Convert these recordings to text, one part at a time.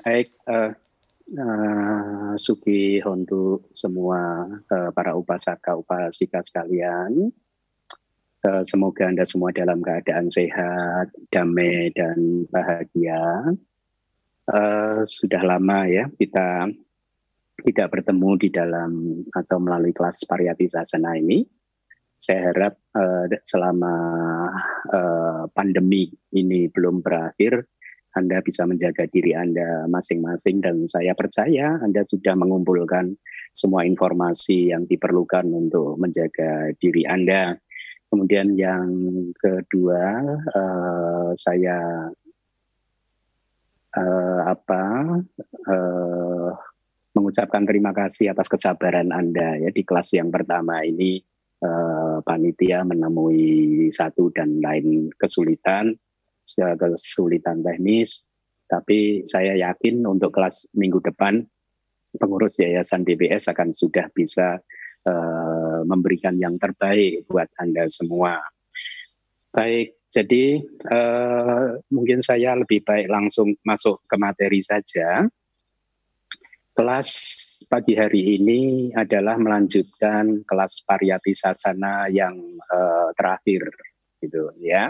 Baik, Sugi untuk semua para upasaka upasika sekalian. Semoga Anda semua dalam keadaan sehat, damai dan bahagia. Sudah lama ya kita tidak bertemu di dalam atau melalui kelas Pariyati Sasana ini. Saya harap selama pandemi ini belum berakhir, Anda bisa menjaga diri Anda masing-masing, dan saya percaya Anda sudah mengumpulkan semua informasi yang diperlukan untuk menjaga diri Anda. Kemudian yang kedua, saya mengucapkan terima kasih atas kesabaran Anda ya di kelas yang pertama ini. Panitia menemui satu dan lain kesulitan teknis, tapi saya yakin untuk kelas minggu depan pengurus Yayasan DBS akan sudah bisa memberikan yang terbaik buat Anda semua. Baik, jadi mungkin saya lebih baik langsung masuk ke materi saja. Kelas pagi hari ini adalah melanjutkan kelas Pariyati Sasana yang terakhir, gitu ya,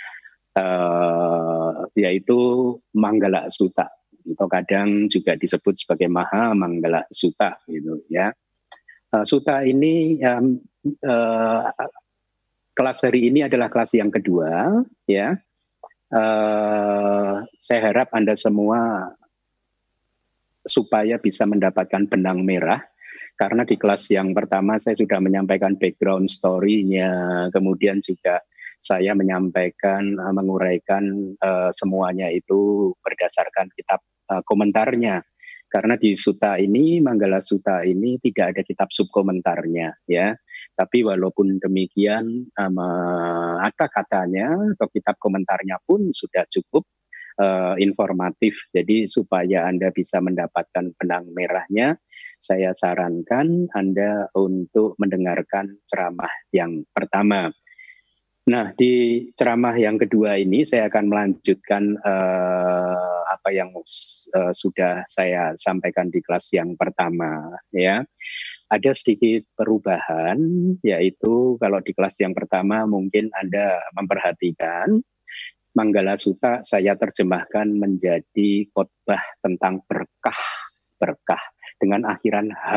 yaitu Manggala Sutta, atau kadang juga disebut sebagai Maha Manggala Sutta, gitu ya. Sutta ini kelas hari ini adalah kelas yang kedua, ya. Saya harap Anda semua supaya bisa mendapatkan benang merah, karena di kelas yang pertama saya sudah menyampaikan background story-nya, kemudian juga saya menyampaikan, menguraikan semuanya itu berdasarkan kitab komentarnya. Karena di Sutta ini, Manggala Sutta ini tidak ada kitab subkomentarnya, ya. Tapi walaupun demikian, kata-katanya atau kitab komentarnya pun sudah cukup informatif. Jadi supaya Anda bisa mendapatkan benang merahnya, saya sarankan Anda untuk mendengarkan ceramah yang pertama. Nah, di ceramah yang kedua ini saya akan melanjutkan apa yang sudah saya sampaikan di kelas yang pertama, ya. Ada sedikit perubahan, yaitu kalau di kelas yang pertama mungkin Anda memperhatikan Manggala Sutta saya terjemahkan menjadi khotbah tentang berkah dengan akhiran H.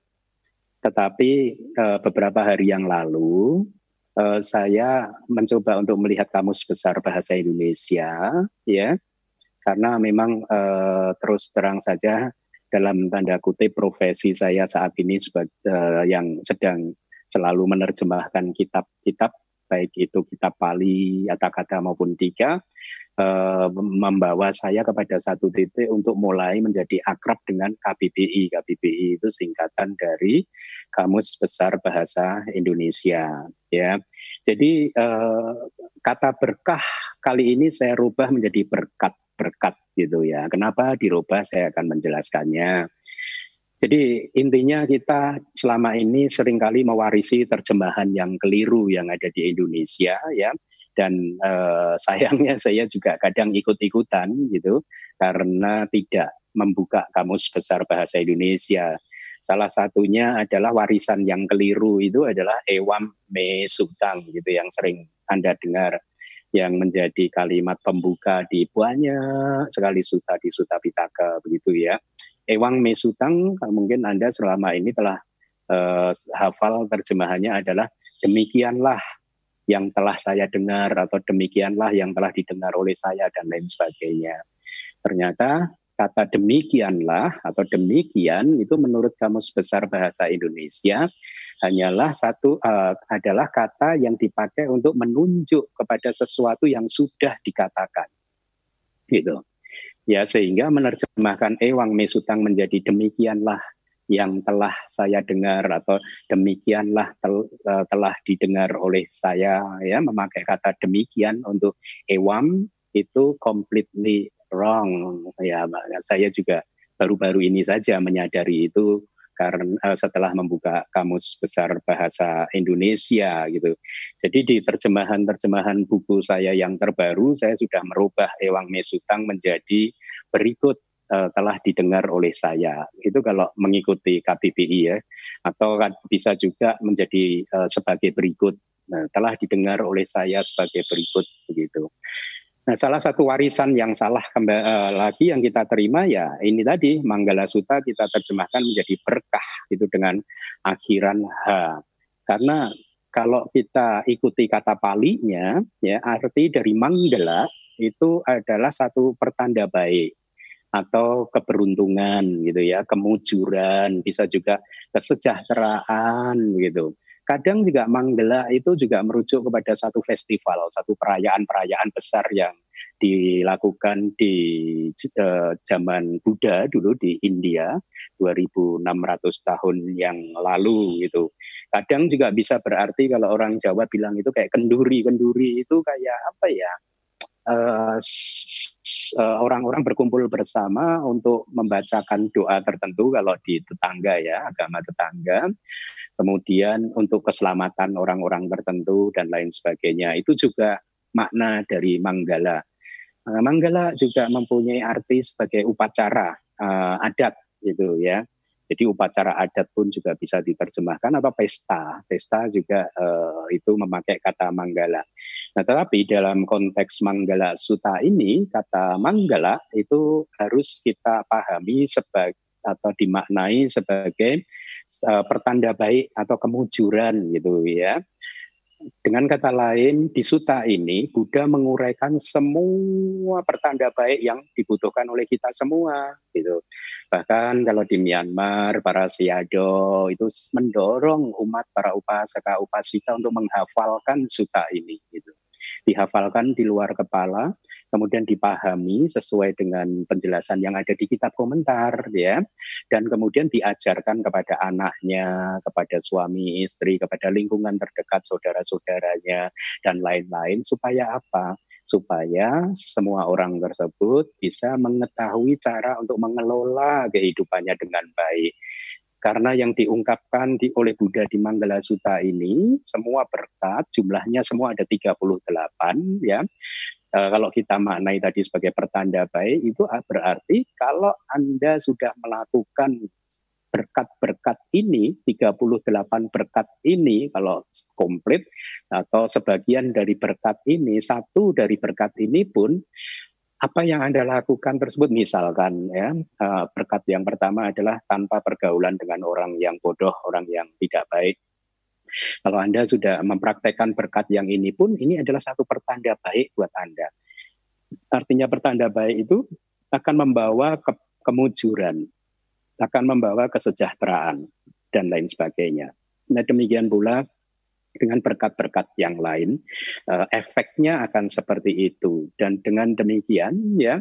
Tetapi beberapa hari yang lalu saya mencoba untuk melihat Kamus Besar Bahasa Indonesia, ya, karena memang terus terang saja dalam tanda kutip profesi saya saat ini sebagai yang sedang selalu menerjemahkan kitab-kitab, baik itu kitab Pali, kata-kata maupun tiga, membawa saya kepada satu titik untuk mulai menjadi akrab dengan KBBI. KBBI itu singkatan dari Kamus Besar Bahasa Indonesia, ya. Jadi kata berkah kali ini saya rubah menjadi berkat gitu ya. Kenapa dirubah? Saya akan menjelaskannya. Jadi intinya kita selama ini seringkali mewarisi terjemahan yang keliru yang ada di Indonesia, ya, dan sayangnya saya juga kadang ikut-ikutan gitu karena tidak membuka Kamus Besar Bahasa Indonesia. Salah satunya adalah warisan yang keliru itu adalah Ewam Me Sutang gitu yang sering Anda dengar, yang menjadi kalimat pembuka di banyak sekali sutta di Sutta Pitaka begitu ya. Ewang Me Sutang, mungkin Anda selama ini telah hafal terjemahannya adalah demikianlah yang telah saya dengar, atau demikianlah yang telah didengar oleh saya, dan lain sebagainya. Ternyata kata demikianlah atau demikian itu menurut Kamus Besar Bahasa Indonesia hanyalah adalah kata yang dipakai untuk menunjuk kepada sesuatu yang sudah dikatakan, gitu. Ya, sehingga menerjemahkan Ewang Me Sutang menjadi demikianlah yang telah saya dengar, atau demikianlah telah didengar oleh saya, ya, memakai kata demikian untuk Ewam itu completely wrong, ya. Saya juga baru-baru ini saja menyadari itu karena setelah membuka Kamus Besar Bahasa Indonesia gitu. Jadi di terjemahan buku saya yang terbaru, saya sudah merubah Ewang Me Sutang menjadi berikut telah didengar oleh saya. Itu kalau mengikuti KBBI ya, atau bisa juga menjadi sebagai berikut. Nah, telah didengar oleh saya sebagai berikut begitu. Nah, salah satu warisan yang salah lagi yang kita terima ya ini tadi Manggala Sutta kita terjemahkan menjadi berkah itu dengan akhiran H. Karena kalau kita ikuti kata palinya ya arti dari Manggala itu adalah satu pertanda baik atau keberuntungan gitu ya, kemujuran, bisa juga kesejahteraan gitu. Kadang juga Manggala itu juga merujuk kepada satu festival, satu perayaan-perayaan besar yang dilakukan di zaman Buddha dulu di India 2600 tahun yang lalu gitu. Kadang juga bisa berarti kalau orang Jawa bilang itu kayak kenduri. Kenduri itu kayak apa ya? Orang-orang berkumpul bersama untuk membacakan doa tertentu kalau di tetangga ya, agama tetangga. Kemudian untuk keselamatan orang-orang tertentu dan lain sebagainya. Itu juga makna dari Manggala. Manggala juga mempunyai arti sebagai upacara adat gitu ya. Jadi upacara adat pun juga bisa diterjemahkan atau pesta. Pesta juga itu memakai kata Manggala. Nah, tetapi dalam konteks Manggala Sutta ini, kata Manggala itu harus kita pahami sebagai atau dimaknai sebagai pertanda baik atau kemujuran gitu ya. Dengan kata lain, di sutta ini Buddha menguraikan semua pertanda baik yang dibutuhkan oleh kita semua gitu. Bahkan kalau di Myanmar, para Sayadaw itu mendorong umat para upasaka upasika untuk menghafalkan sutta ini gitu. Dihafalkan di luar kepala, kemudian dipahami sesuai dengan penjelasan yang ada di kitab komentar ya, dan kemudian diajarkan kepada anaknya, kepada suami istri, kepada lingkungan terdekat saudara-saudaranya dan lain-lain supaya apa? Supaya semua orang tersebut bisa mengetahui cara untuk mengelola kehidupannya dengan baik. Karena yang diungkapkan oleh Buddha di Manggala Sutta ini, semua berkat, jumlahnya semua ada 38 ya. Kalau kita maknai tadi sebagai pertanda baik, itu berarti kalau Anda sudah melakukan berkat-berkat ini, 38 berkat ini, kalau komplit, atau sebagian dari berkat ini, satu dari berkat ini pun, apa yang Anda lakukan tersebut, misalkan ya berkat yang pertama adalah tanpa pergaulan dengan orang yang bodoh, orang yang tidak baik. Kalau Anda sudah mempraktekkan berkat yang ini pun, ini adalah satu pertanda baik buat Anda. Artinya pertanda baik itu akan membawa kemujuran, akan membawa kesejahteraan, dan lain sebagainya. Nah, demikian pula dengan berkat-berkat yang lain, efeknya akan seperti itu. Dan dengan demikian ya,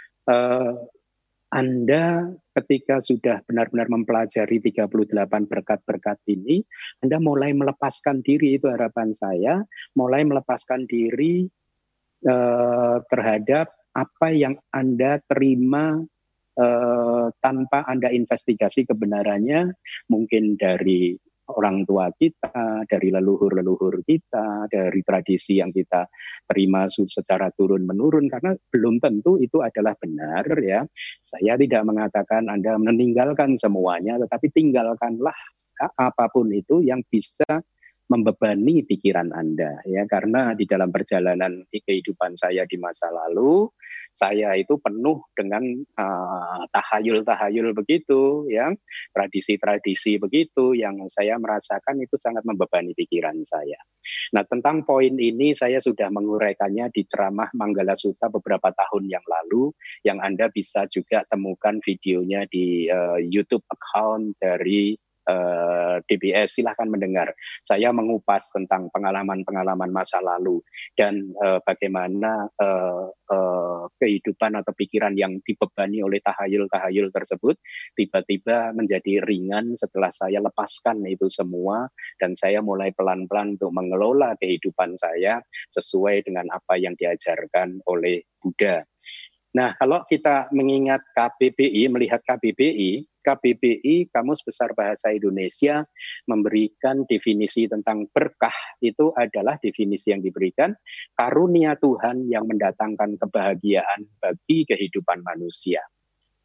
Anda ketika sudah benar-benar mempelajari 38 berkat-berkat ini, Anda mulai melepaskan diri, itu harapan saya, mulai melepaskan diri terhadap apa yang Anda terima tanpa Anda investigasi kebenarannya, mungkin dari orang tua kita, dari leluhur-leluhur kita, dari tradisi yang kita terima secara turun-menurun, karena belum tentu itu adalah benar ya. Saya tidak mengatakan Anda meninggalkan semuanya, tetapi tinggalkanlah apapun itu yang bisa membebani pikiran Anda ya, karena di dalam perjalanan kehidupan saya di masa lalu saya itu penuh dengan tahayul-tahayul begitu ya, tradisi-tradisi begitu yang saya merasakan itu sangat membebani pikiran saya. Nah, tentang poin ini saya sudah menguraikannya di ceramah Manggala Sutta beberapa tahun yang lalu, yang Anda bisa juga temukan videonya di YouTube account dari DBS. Silahkan mendengar. Saya mengupas tentang pengalaman-pengalaman masa lalu dan bagaimana kehidupan atau pikiran yang dibebani oleh tahayul-tahayul tersebut tiba-tiba menjadi ringan setelah saya lepaskan itu semua, dan saya mulai pelan-pelan untuk mengelola kehidupan saya sesuai dengan apa yang diajarkan oleh Buddha. Nah, kalau kita mengingat KBBI, melihat KBBI, Kamus Besar Bahasa Indonesia memberikan definisi tentang berkah, itu adalah definisi yang diberikan karunia Tuhan yang mendatangkan kebahagiaan bagi kehidupan manusia.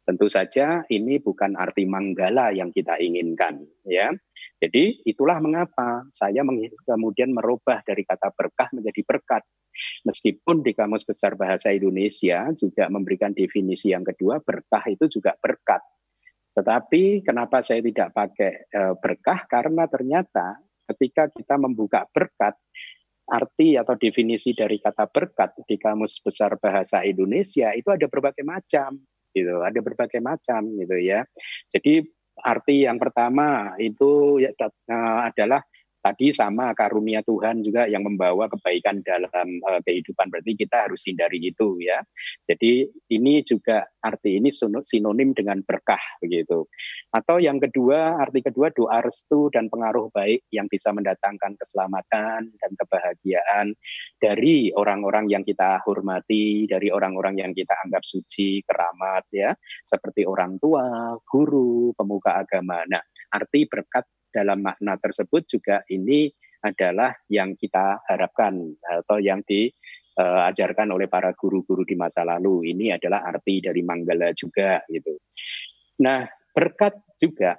Tentu saja ini bukan arti manggala yang kita inginkan, ya. Jadi itulah mengapa saya kemudian merubah dari kata berkah menjadi berkat. Meskipun di Kamus Besar Bahasa Indonesia juga memberikan definisi yang kedua, berkah itu juga berkat. Tetapi kenapa saya tidak pakai berkah? Karena ternyata ketika kita membuka berkat, arti atau definisi dari kata berkat di Kamus Besar Bahasa Indonesia itu ada berbagai macam, gitu. Ada berbagai macam, gitu ya. Jadi arti yang pertama itu adalah tadi sama karunia Tuhan juga yang membawa kebaikan dalam kehidupan, berarti kita harus hindari itu ya. Jadi ini juga arti ini sinonim dengan berkah begitu. Atau yang kedua, arti kedua doa restu dan pengaruh baik yang bisa mendatangkan keselamatan dan kebahagiaan dari orang-orang yang kita hormati, dari orang-orang yang kita anggap suci, keramat ya, seperti orang tua, guru, pemuka agama. Nah, arti berkat dalam makna tersebut juga ini adalah yang kita harapkan atau yang diajarkan oleh para guru-guru di masa lalu. Ini adalah arti dari manggala juga gitu. Nah, berkat juga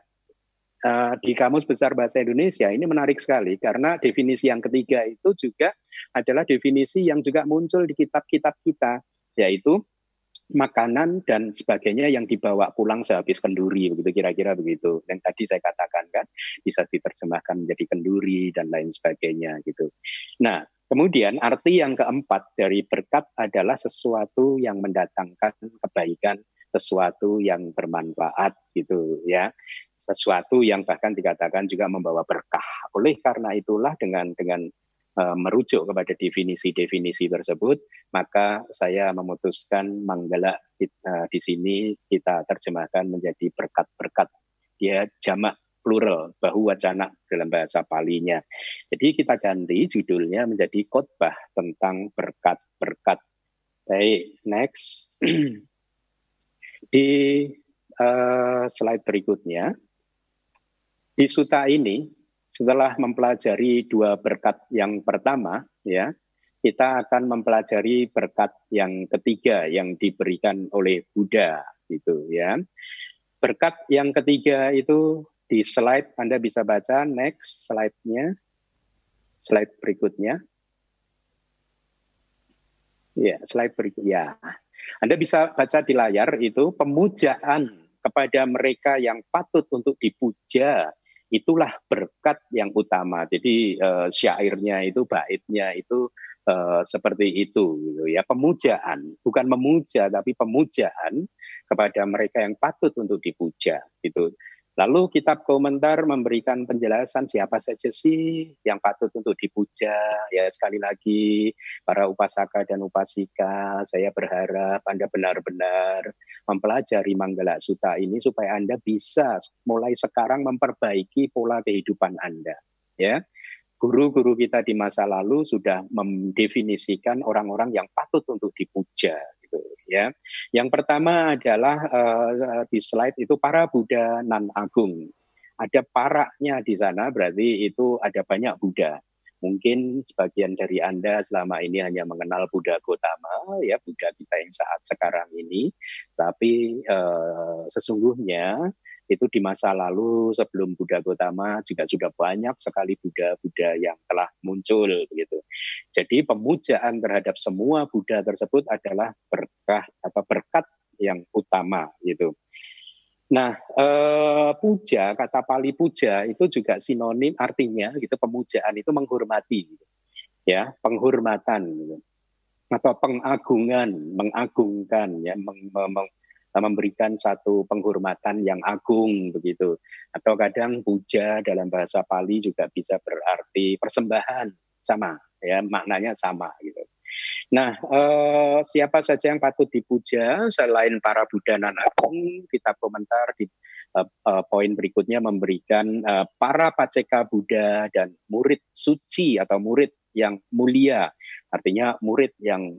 di Kamus Besar Bahasa Indonesia ini menarik sekali karena definisi yang ketiga itu juga adalah definisi yang juga muncul di kitab-kitab kita, yaitu makanan dan sebagainya yang dibawa pulang sehabis kenduri, begitu kira-kira begitu. Yang tadi saya katakan kan bisa diterjemahkan menjadi kenduri dan lain sebagainya gitu. Nah, kemudian arti yang keempat dari berkat adalah sesuatu yang mendatangkan kebaikan, sesuatu yang bermanfaat gitu ya. Sesuatu yang bahkan dikatakan juga membawa berkah. Oleh karena itulah dengan merujuk kepada definisi-definisi tersebut, maka saya memutuskan manggala di sini kita terjemahkan menjadi berkat-berkat. Dia jamak plural, bahu wacana dalam bahasa Palinya. Jadi kita ganti judulnya menjadi khotbah tentang berkat-berkat. Baik, next. Di slide berikutnya, di suta ini setelah mempelajari dua berkat yang pertama, ya, kita akan mempelajari berkat yang ketiga yang diberikan oleh Buddha, gitu ya. Berkat yang ketiga itu di slide Anda bisa baca, next slide-nya, slide berikutnya. Ya, slide berikutnya. Anda bisa baca di layar itu pemujaan kepada mereka yang patut untuk dipuja. Itulah berkat yang utama. Jadi syairnya itu, baitnya itu seperti itu gitu ya. Pemujaan, bukan memuja tapi pemujaan kepada mereka yang patut untuk dipuja gitu. Lalu kitab komentar memberikan penjelasan siapa saja sih yang patut untuk dipuja. Ya sekali lagi para upasaka dan upasika, saya berharap Anda benar-benar mempelajari Manggala Sutta ini supaya Anda bisa mulai sekarang memperbaiki pola kehidupan Anda. Ya, guru-guru kita di masa lalu sudah mendefinisikan orang-orang yang patut untuk dipuja. Ya, yang pertama adalah di slide itu para Buddha nan agung. Ada paraknya di sana, berarti itu ada banyak Buddha. Mungkin sebagian dari Anda selama ini hanya mengenal Buddha Gotama, ya Buddha kita yang saat sekarang ini. Tapi sesungguhnya itu di masa lalu sebelum Buddha Gotama juga sudah banyak sekali Buddha-Buddha yang telah muncul begitu. Jadi pemujaan terhadap semua Buddha tersebut adalah berkah atau berkat yang utama gitu. Nah, puja, kata Pali puja itu juga sinonim artinya gitu, pemujaan itu menghormati gitu. Ya, penghormatan gitu. Atau pengagungan, mengagungkan ya, memberikan satu penghormatan yang agung begitu. Atau kadang puja dalam bahasa Pali juga bisa berarti persembahan, sama ya, maknanya sama gitu. Nah, siapa saja yang patut dipuja selain para Buddha nan agung? Kitab komentar di poin berikutnya memberikan para paceka Buddha dan murid suci atau murid yang mulia, artinya murid yang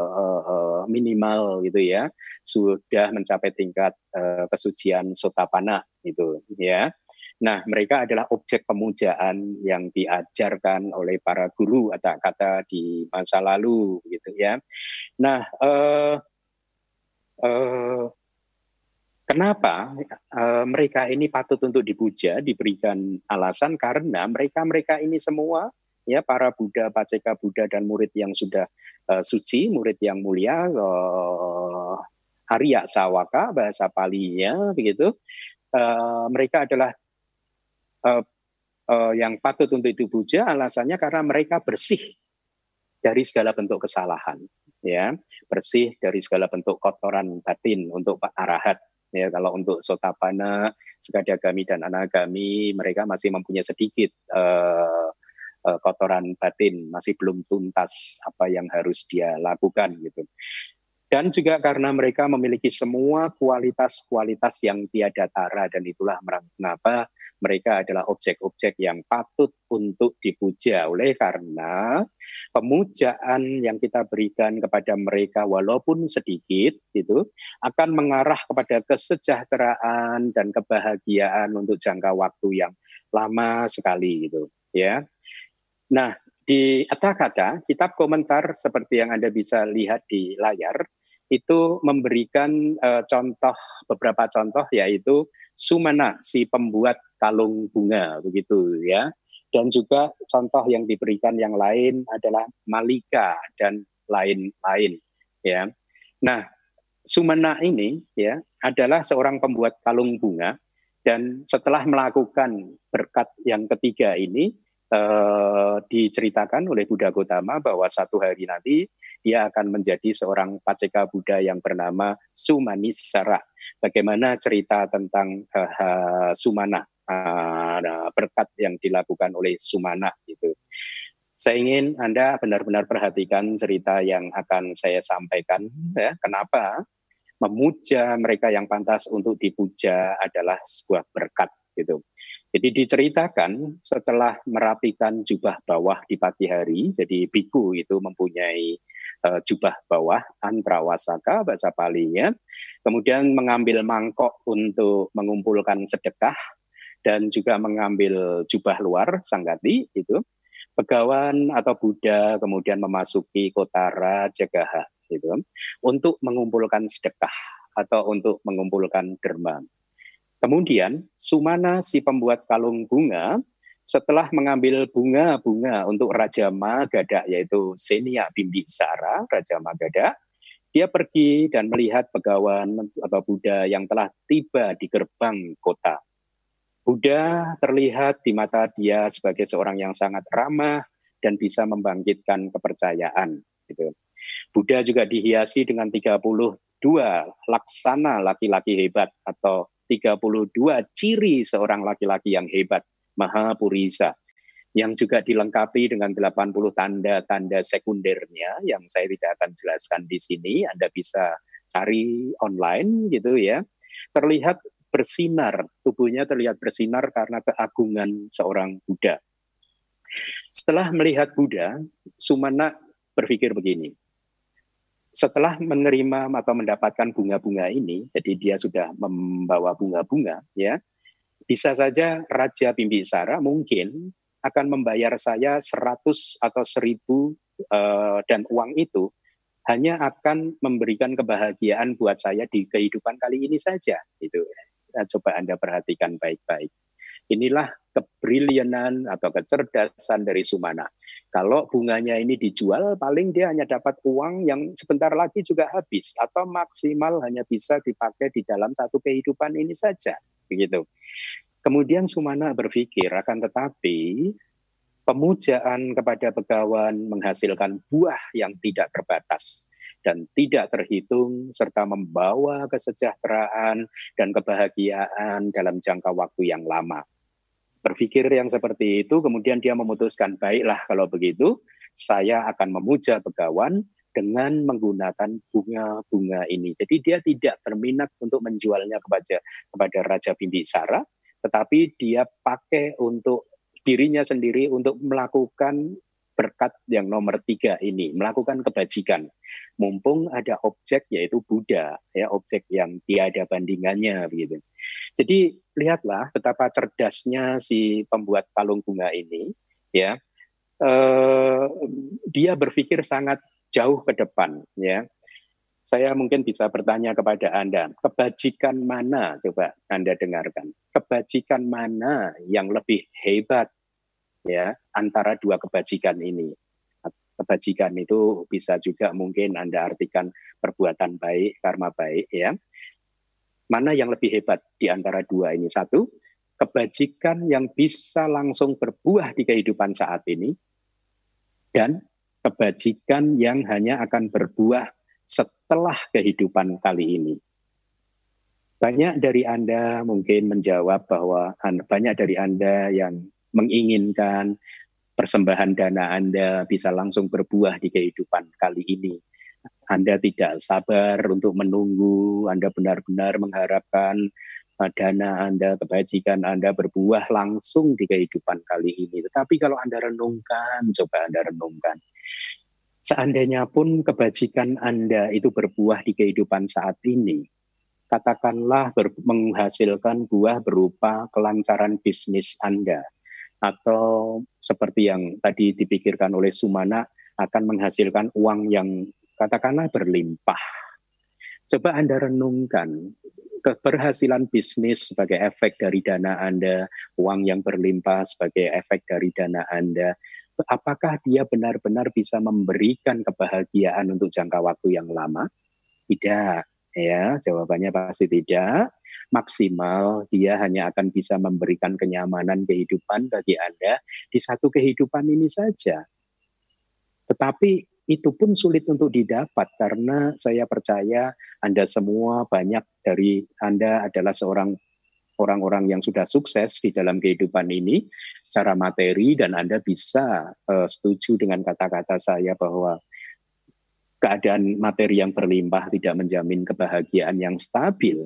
minimal gitu ya, sudah mencapai tingkat kesucian Sotapanna gitu ya. Nah, mereka adalah objek pemujaan yang diajarkan oleh para guru atau kata di masa lalu gitu ya. Nah, Kenapa mereka ini patut untuk dipuja, diberikan alasan karena mereka ini semua ya para Buddha, Paceka Buddha dan murid yang sudah suci, murid yang mulia, Arya Sawaka bahasa Palinya begitu. Mereka adalah yang patut untuk dipuja, alasannya karena mereka bersih dari segala bentuk kesalahan, ya, bersih dari segala bentuk kotoran batin untuk Pak Arahat. Ya, kalau untuk Sotapanna, Sekadagami dan Anagami, mereka masih mempunyai sedikit kotoran batin, masih belum tuntas apa yang harus dia lakukan gitu. Dan juga karena mereka memiliki semua kualitas-kualitas yang tiada tara, dan itulah mengapa mereka adalah objek-objek yang patut untuk dipuja. Oleh karena pemujaan yang kita berikan kepada mereka walaupun sedikit itu akan mengarah kepada kesejahteraan dan kebahagiaan untuk jangka waktu yang lama sekali gitu ya. Nah, di Atthakatha, kitab komentar seperti yang Anda bisa lihat di layar, itu memberikan beberapa contoh, yaitu Sumana, si pembuat kalung bunga, begitu ya. Dan juga contoh yang diberikan yang lain adalah Malika dan lain-lain ya. Nah, Sumana ini ya adalah seorang pembuat kalung bunga, dan setelah melakukan berkat yang ketiga ini, diceritakan oleh Buddha Gautama bahwa satu hari nanti dia akan menjadi seorang Paceka Buddha yang bernama Sumanisara. Bagaimana cerita tentang Sumana, berkat yang dilakukan oleh Sumana gitu. Saya ingin Anda benar-benar perhatikan cerita yang akan saya sampaikan ya. Kenapa memuja mereka yang pantas untuk dipuja adalah sebuah berkat gitu. Jadi diceritakan setelah merapikan jubah bawah di pagi hari, jadi biku itu mempunyai jubah bawah, antrawasaka bahasa Palinya, kemudian mengambil mangkok untuk mengumpulkan sedekah, dan juga mengambil jubah luar, sanggati itu, Begawan atau Buddha kemudian memasuki kotara Jagaha gitu, untuk mengumpulkan sedekah atau untuk mengumpulkan derma. Kemudian Sumana, si pembuat kalung bunga, setelah mengambil bunga-bunga untuk Raja Magadha, yaitu Senia Bimbisara, Raja Magadha, dia pergi dan melihat Begawan atau Buddha yang telah tiba di gerbang kota. Buddha terlihat di mata dia sebagai seorang yang sangat ramah dan bisa membangkitkan kepercayaan. Gitu. Buddha juga dihiasi dengan 32 laksana laki-laki hebat atau 32 ciri seorang laki-laki yang hebat, Mahapurisa, yang juga dilengkapi dengan 80 tanda-tanda sekundernya yang saya tidak akan jelaskan di sini. Anda bisa cari online gitu ya. Terlihat bersinar, tubuhnya terlihat bersinar karena keagungan seorang Buddha. Setelah melihat Buddha, Sumana berpikir begini. Setelah menerima atau mendapatkan bunga-bunga ini, jadi dia sudah membawa bunga-bunga, ya, bisa saja Raja Bimbisara mungkin akan membayar saya 100 atau 1000 dan uang itu hanya akan memberikan kebahagiaan buat saya di kehidupan kali ini saja. Gitu. Nah, coba Anda perhatikan baik-baik. Inilah kebrilianan atau kecerdasan dari Sumana. Kalau bunganya ini dijual, paling dia hanya dapat uang yang sebentar lagi juga habis, atau maksimal hanya bisa dipakai di dalam satu kehidupan ini saja. Begitu. Kemudian Sumana berpikir, akan tetapi pemujaan kepada Begawan menghasilkan buah yang tidak terbatas dan tidak terhitung, serta membawa kesejahteraan dan kebahagiaan dalam jangka waktu yang lama. Berpikir yang seperti itu, kemudian dia memutuskan, baiklah kalau begitu, saya akan memuja Begawan dengan menggunakan bunga-bunga ini. Jadi dia tidak berminat untuk menjualnya kepada Raja Bimbisara, tetapi dia pakai untuk dirinya sendiri untuk melakukan berkat yang nomor 3 ini, melakukan kebajikan. Mumpung ada objek yaitu Buddha, ya, objek yang tiada bandingannya begitu. Jadi lihatlah betapa cerdasnya si pembuat kalung bunga ini, ya. Dia berpikir sangat jauh ke depan, ya. Saya mungkin bisa bertanya kepada Anda, kebajikan mana, coba Anda dengarkan, kebajikan mana yang lebih hebat ya antara dua kebajikan ini? Kebajikan itu bisa juga mungkin Anda artikan perbuatan baik, karma baik ya. Mana yang lebih hebat di antara dua ini? Satu, kebajikan yang bisa langsung berbuah di kehidupan saat ini, dan kebajikan yang hanya akan berbuah setelah kehidupan kali ini. Banyak dari Anda mungkin menjawab bahwa banyak dari Anda yang menginginkan persembahan dana Anda bisa langsung berbuah di kehidupan kali ini. Anda tidak sabar untuk menunggu, Anda benar-benar mengharapkan dana Anda, kebajikan Anda berbuah langsung di kehidupan kali ini. Tetapi kalau Anda renungkan, coba Anda renungkan. Seandainya pun kebajikan Anda itu berbuah di kehidupan saat ini, katakanlah menghasilkan buah berupa kelancaran bisnis Anda, atau seperti yang tadi dipikirkan oleh Sumana, akan menghasilkan uang yang katakanlah berlimpah. Coba Anda renungkan, keberhasilan bisnis sebagai efek dari dana Anda, uang yang berlimpah sebagai efek dari dana Anda, apakah dia benar-benar bisa memberikan kebahagiaan untuk jangka waktu yang lama? Tidak, ya, jawabannya pasti tidak. Maksimal dia hanya akan bisa memberikan kenyamanan kehidupan bagi Anda di satu kehidupan ini saja. Tetapi itu pun sulit untuk didapat karena saya percaya Anda semua, banyak dari Anda adalah orang-orang yang sudah sukses di dalam kehidupan ini secara materi, dan Anda bisa setuju dengan kata-kata saya bahwa keadaan materi yang berlimpah tidak menjamin kebahagiaan yang stabil.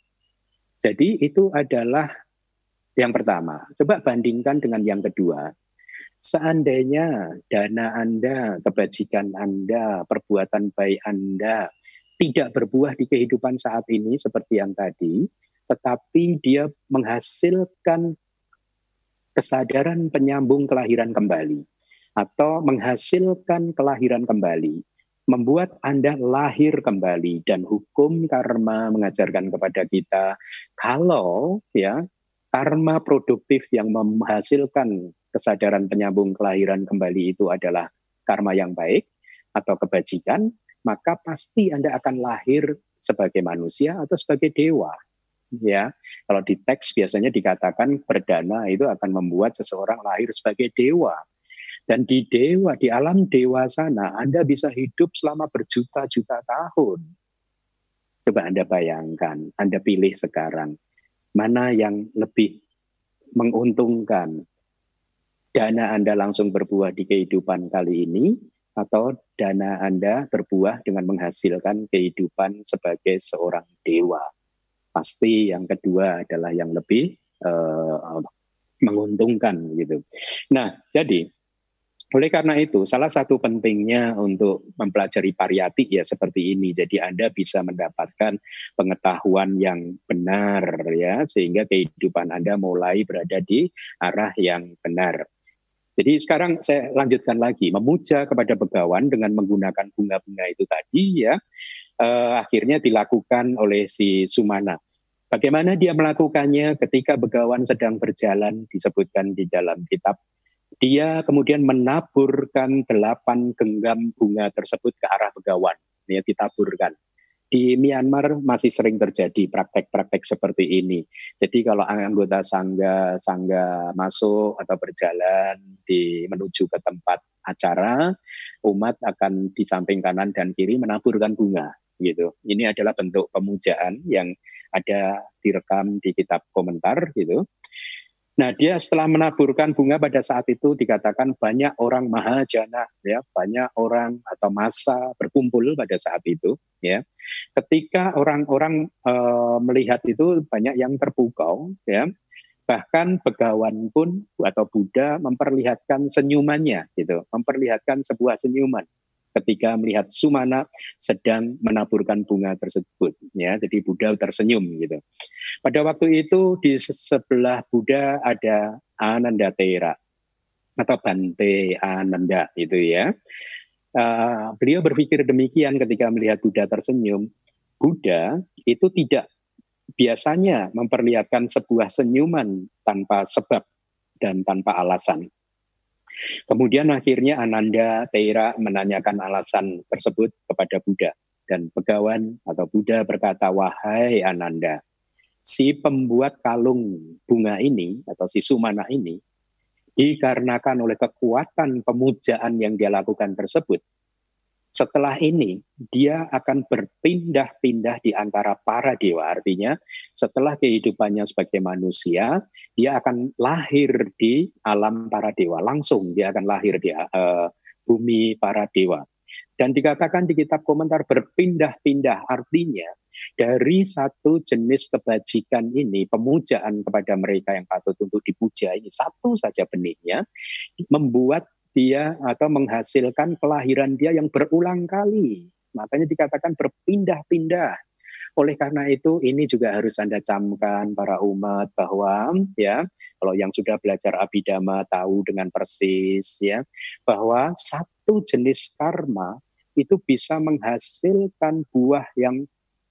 Jadi itu adalah yang pertama. Coba bandingkan dengan yang kedua. Seandainya dana Anda, kebajikan Anda, perbuatan baik Anda tidak berbuah di kehidupan saat ini seperti yang tadi, tetapi dia menghasilkan kesadaran penyambung kelahiran kembali, atau menghasilkan kelahiran kembali, membuat Anda lahir kembali. Dan hukum karma mengajarkan kepada kita, kalau ya karma produktif yang menghasilkan kesadaran penyambung kelahiran kembali itu adalah karma yang baik atau kebajikan, maka pasti Anda akan lahir sebagai manusia atau sebagai dewa. Ya, kalau di teks biasanya dikatakan berdana itu akan membuat seseorang lahir sebagai dewa. Dan di dewa, di alam dewa sana, Anda bisa hidup selama berjuta-juta tahun. Coba Anda bayangkan, Anda pilih sekarang, mana yang lebih menguntungkan? Dana Anda langsung berbuah di kehidupan kali ini, atau dana Anda berbuah dengan menghasilkan kehidupan sebagai seorang dewa? Pasti yang kedua adalah yang lebih menguntungkan gitu. Nah, jadi oleh karena itu, salah satu pentingnya untuk mempelajari pariyati ya seperti ini. Jadi Anda bisa mendapatkan pengetahuan yang benar ya, sehingga kehidupan Anda mulai berada di arah yang benar. Jadi sekarang saya lanjutkan lagi, memuja kepada Begawan dengan menggunakan bunga-bunga itu tadi ya, akhirnya dilakukan oleh si Sumana. Bagaimana dia melakukannya? Ketika Begawan sedang berjalan, disebutkan di dalam kitab, dia kemudian menaburkan 8 genggam bunga tersebut ke arah Begawan. Ya, ditaburkan. Di Myanmar masih sering terjadi praktek-praktek seperti ini. Jadi kalau anggota sangga masuk atau berjalan menuju ke tempat acara, umat akan di samping kanan dan kiri menaburkan bunga. Gitu. Ini adalah bentuk pemujaan yang ada direkam di kitab komentar gitu. Nah, dia setelah menaburkan bunga pada saat itu dikatakan banyak orang mahajana ya, banyak orang atau massa berkumpul pada saat itu ya. Ketika orang-orang melihat itu banyak yang terpukau ya. Bahkan Begawan pun atau Buddha memperlihatkan senyumannya gitu, memperlihatkan sebuah senyuman ketika melihat Sumana sedang menaburkan bunga tersebut ya. Jadi Buddha tersenyum gitu. Pada waktu itu di sebelah Buddha ada Ananda Thera atau Bante Ananda itu ya. Beliau berpikir demikian ketika melihat Buddha tersenyum. Buddha itu tidak biasanya memperlihatkan sebuah senyuman tanpa sebab dan tanpa alasan. Kemudian akhirnya Ananda Theira menanyakan alasan tersebut kepada Buddha. Dan Begawan atau Buddha berkata, wahai Ananda, si pembuat kalung bunga ini atau si Sumana ini, dikarenakan oleh kekuatan pemujaan yang dia lakukan tersebut, setelah ini dia akan berpindah-pindah di antara para dewa. Artinya setelah kehidupannya sebagai manusia, dia akan lahir di alam para dewa. Langsung dia akan lahir di bumi para dewa. Dan dikatakan di kitab komentar berpindah-pindah, artinya dari satu jenis kebajikan ini, pemujaan kepada mereka yang patut untuk dipuja ini, satu saja benihnya, membuat dia atau menghasilkan kelahiran dia yang berulang kali. Makanya dikatakan berpindah-pindah. Oleh karena itu ini juga harus Anda camkan para umat bahwa ya, kalau yang sudah belajar Abhidhamma tahu dengan persis ya, bahwa satu jenis karma itu bisa menghasilkan buah yang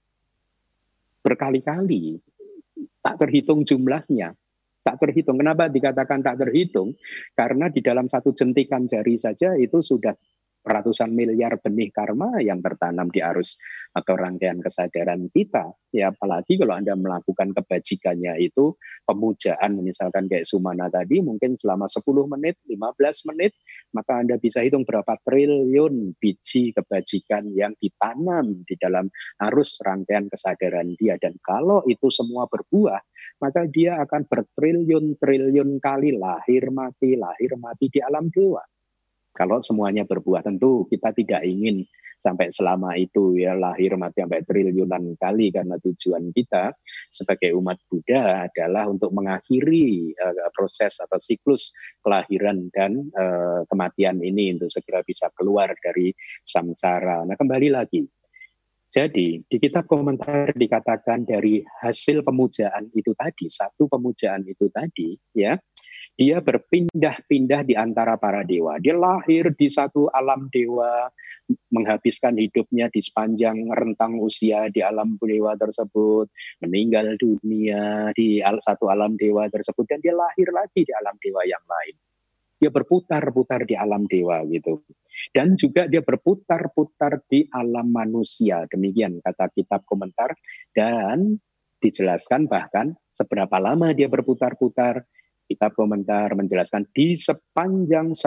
berkali-kali, tak terhitung jumlahnya. Tak terhitung. Kenapa dikatakan tak terhitung? Karena di dalam satu jentikan jari saja itu sudah ratusan miliar benih karma yang tertanam di arus atau rangkaian kesadaran kita. Ya, apalagi kalau Anda melakukan kebajikannya itu pemujaan, misalkan kayak Sumana tadi, mungkin selama 10 menit, 15 menit, maka Anda bisa hitung berapa triliun biji kebajikan yang ditanam di dalam arus rangkaian kesadaran dia. Dan kalau itu semua berbuah, maka dia akan bertriliun-triliun kali lahir mati di alam dewa. Kalau semuanya berbuah, tentu kita tidak ingin sampai selama itu ya lahir mati sampai triliunan kali, karena tujuan kita sebagai umat Buddha adalah untuk mengakhiri proses atau siklus kelahiran dan kematian ini untuk segera bisa keluar dari samsara. Nah, kembali lagi. Jadi di kitab komentar dikatakan dari hasil pemujaan itu tadi, satu pemujaan itu tadi ya, dia berpindah-pindah di antara para dewa. Dia lahir di satu alam dewa, menghabiskan hidupnya di sepanjang rentang usia di alam dewa tersebut, meninggal dunia di satu alam dewa tersebut, dan dia lahir lagi di alam dewa yang lain. Dia berputar-putar di alam dewa gitu. Dan juga dia berputar-putar di alam manusia. Demikian kata kitab komentar. Dan dijelaskan bahkan seberapa lama dia berputar-putar. Kitab komentar menjelaskan di sepanjang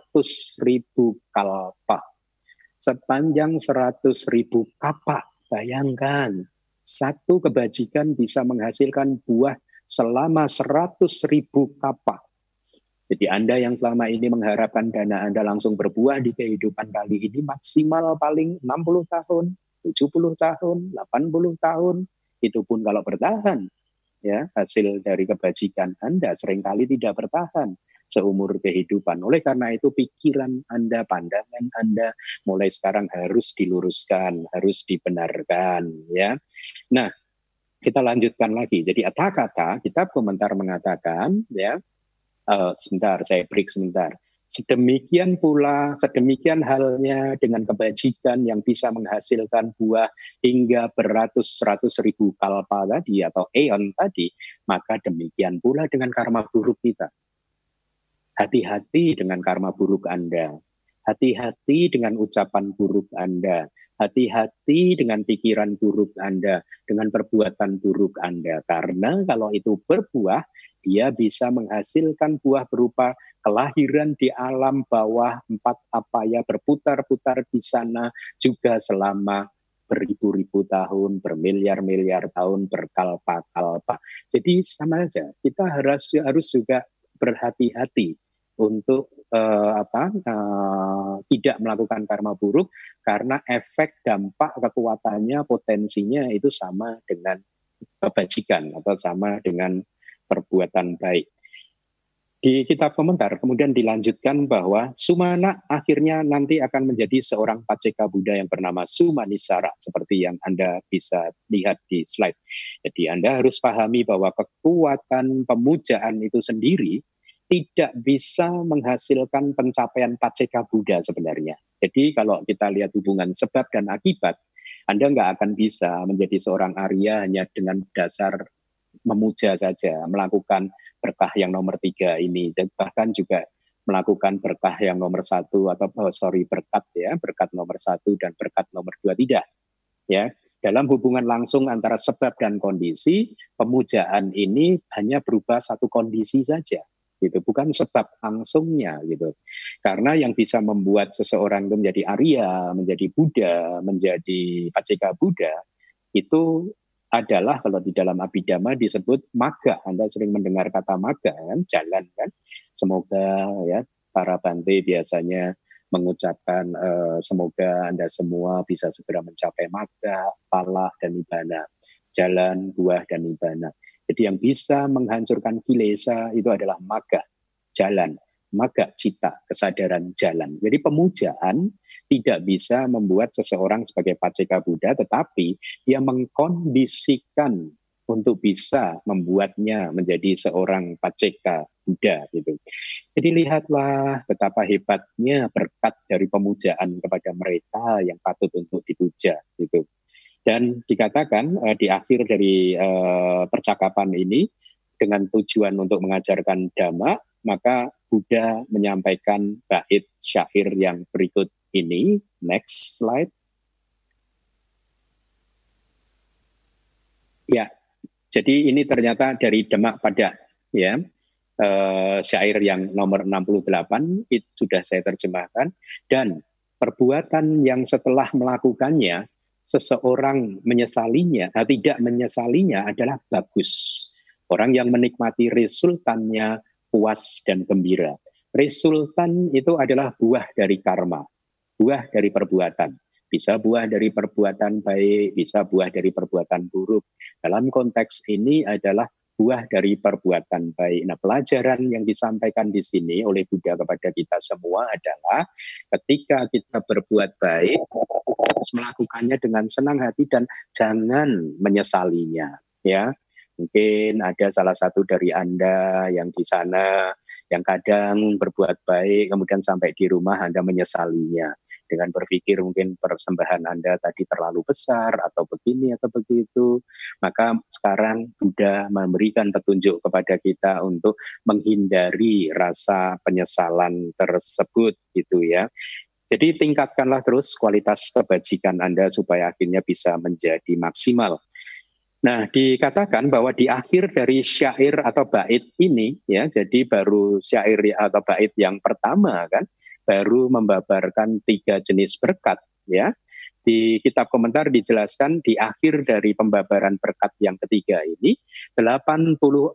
100.000 kalpa. Sepanjang 100.000 kapa. Bayangkan, satu kebajikan bisa menghasilkan buah selama 100.000 kapa. Jadi Anda yang selama ini mengharapkan dana Anda langsung berbuah di kehidupan kali ini maksimal paling 60 tahun, 70 tahun, 80 tahun. Itu pun kalau bertahan. Ya, hasil dari kebajikan Anda seringkali tidak bertahan seumur kehidupan. Oleh karena itu pikiran Anda, pandangan Anda mulai sekarang harus diluruskan, harus dibenarkan ya. Nah, kita lanjutkan lagi. Jadi kata-kata kitab komentar mengatakan ya, sebentar saya break sebentar. Sedemikian pula, sedemikian halnya dengan kebajikan yang bisa menghasilkan buah hingga beratus-ratus ribu kalpa tadi atau eon tadi, maka demikian pula dengan karma buruk kita. Hati-hati dengan karma buruk Anda. Hati-hati dengan ucapan buruk Anda. Hati-hati dengan pikiran buruk Anda, dengan perbuatan buruk Anda. Karena kalau itu berbuah, dia bisa menghasilkan buah berupa kelahiran di alam bawah 4 apaya, berputar-putar di sana juga selama beribu-ribu tahun, bermiliar-miliar tahun, berkalpa-kalpa. Jadi sama saja, kita harus juga berhati-hati untuk tidak melakukan karma buruk, karena efek dampak kekuatannya, potensinya itu sama dengan kebajikan atau sama dengan perbuatan baik. Di kitab komentar kemudian dilanjutkan bahwa Sumana akhirnya nanti akan menjadi seorang paceka Buddha yang bernama Sumanisara, seperti yang Anda bisa lihat di slide. Jadi Anda harus pahami bahwa kekuatan pemujaan itu sendiri tidak bisa menghasilkan pencapaian paceka Buddha sebenarnya. Jadi kalau kita lihat hubungan sebab dan akibat, Anda nggak akan bisa menjadi seorang Arya hanya dengan dasar memuja saja, melakukan berkah yang nomor 3 ini, dan bahkan juga melakukan berkah yang nomor 1 atau berkat ya, berkat nomor 1 dan berkat nomor 2 tidak. Ya, dalam hubungan langsung antara sebab dan kondisi, pemujaan ini hanya berubah satu kondisi saja, gitu, bukan sebab langsungnya, gitu. Karena yang bisa membuat seseorang itu menjadi Arya, menjadi Buddha, menjadi paceka Buddha, itu adalah kalau di dalam Abhidhamma disebut magga. Anda sering mendengar kata magga kan, jalan kan. Semoga ya para Bante biasanya mengucapkan semoga Anda semua bisa segera mencapai magga, palah dan nibbana, jalan, buah dan nibbana. Jadi yang bisa menghancurkan kilesa itu adalah magga, jalan, magga cita, kesadaran jalan. Jadi pemujaan tidak bisa membuat seseorang sebagai paceka Buddha, tetapi dia mengkondisikan untuk bisa membuatnya menjadi seorang paceka Buddha gitu. Jadi lihatlah betapa hebatnya berkat dari pemujaan kepada mereka yang patut untuk dipuja gitu. Dan dikatakan di akhir dari percakapan ini dengan tujuan untuk mengajarkan Dhamma, maka Buddha menyampaikan bait syair yang berikut ini. Next slide. Ya, jadi ini ternyata dari Demak Pada, ya, syair yang nomor 68 itu sudah saya terjemahkan. Dan perbuatan yang setelah melakukannya seseorang menyesalinya, tidak menyesalinya adalah bagus. Orang yang menikmati resultannya puas dan gembira. Resultan itu adalah buah dari karma, buah dari perbuatan. Bisa buah dari perbuatan baik, bisa buah dari perbuatan buruk. Dalam konteks ini adalah buah dari perbuatan baik. Nah, pelajaran yang disampaikan di sini oleh Buddha kepada kita semua adalah ketika kita berbuat baik, harus melakukannya dengan senang hati dan jangan menyesalinya. Ya, mungkin ada salah satu dari Anda yang di sana yang kadang berbuat baik, kemudian sampai di rumah Anda menyesalinya. Dengan berpikir mungkin persembahan Anda tadi terlalu besar atau begini atau begitu, maka sekarang Buddha memberikan petunjuk kepada kita untuk menghindari rasa penyesalan tersebut gitu ya. Jadi tingkatkanlah terus kualitas kebajikan Anda supaya akhirnya bisa menjadi maksimal. Nah, dikatakan bahwa di akhir dari syair atau bait ini ya, jadi baru syair atau bait yang pertama kan, baru membabarkan 3 jenis berkat ya. Di kitab komentar dijelaskan di akhir dari pembabaran berkat yang ketiga ini 84.000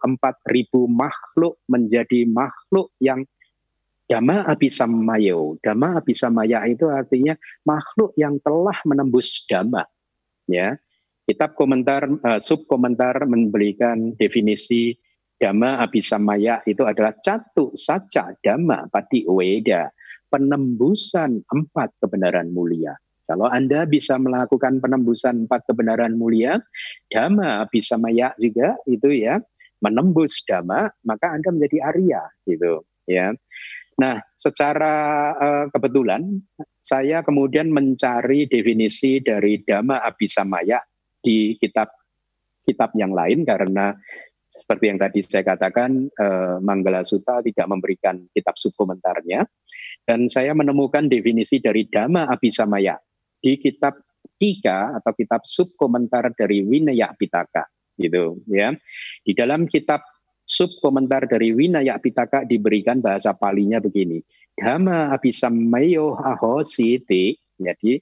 makhluk menjadi makhluk yang Dhamma Abhisammayo. Dhamma Abhisammaya itu artinya makhluk yang telah menembus Dhamma ya. Kitab komentar subkomentar memberikan definisi Dhamma Abhisammaya itu adalah catu saca Dhamma pati weda, penembusan 4 kebenaran mulia. Kalau Anda bisa melakukan penembusan 4 kebenaran mulia, Dhamma Abhisammaya juga itu ya, menembus Dhamma, maka Anda menjadi Arya gitu ya. Nah, secara kebetulan saya kemudian mencari definisi dari Dhamma Abhisammaya di kitab yang lain karena seperti yang tadi saya katakan Manggala Sutta tidak memberikan kitab subkomentarnya. Dan saya menemukan definisi dari Dhamma Abhisammaya di kitab 3 atau kitab subkomentar dari Vinaya Pitaka gitu ya. Di dalam kitab subkomentar dari Vinaya Pitaka diberikan bahasa palinya begini. Dhamma Abhisammayo ahositi. Jadi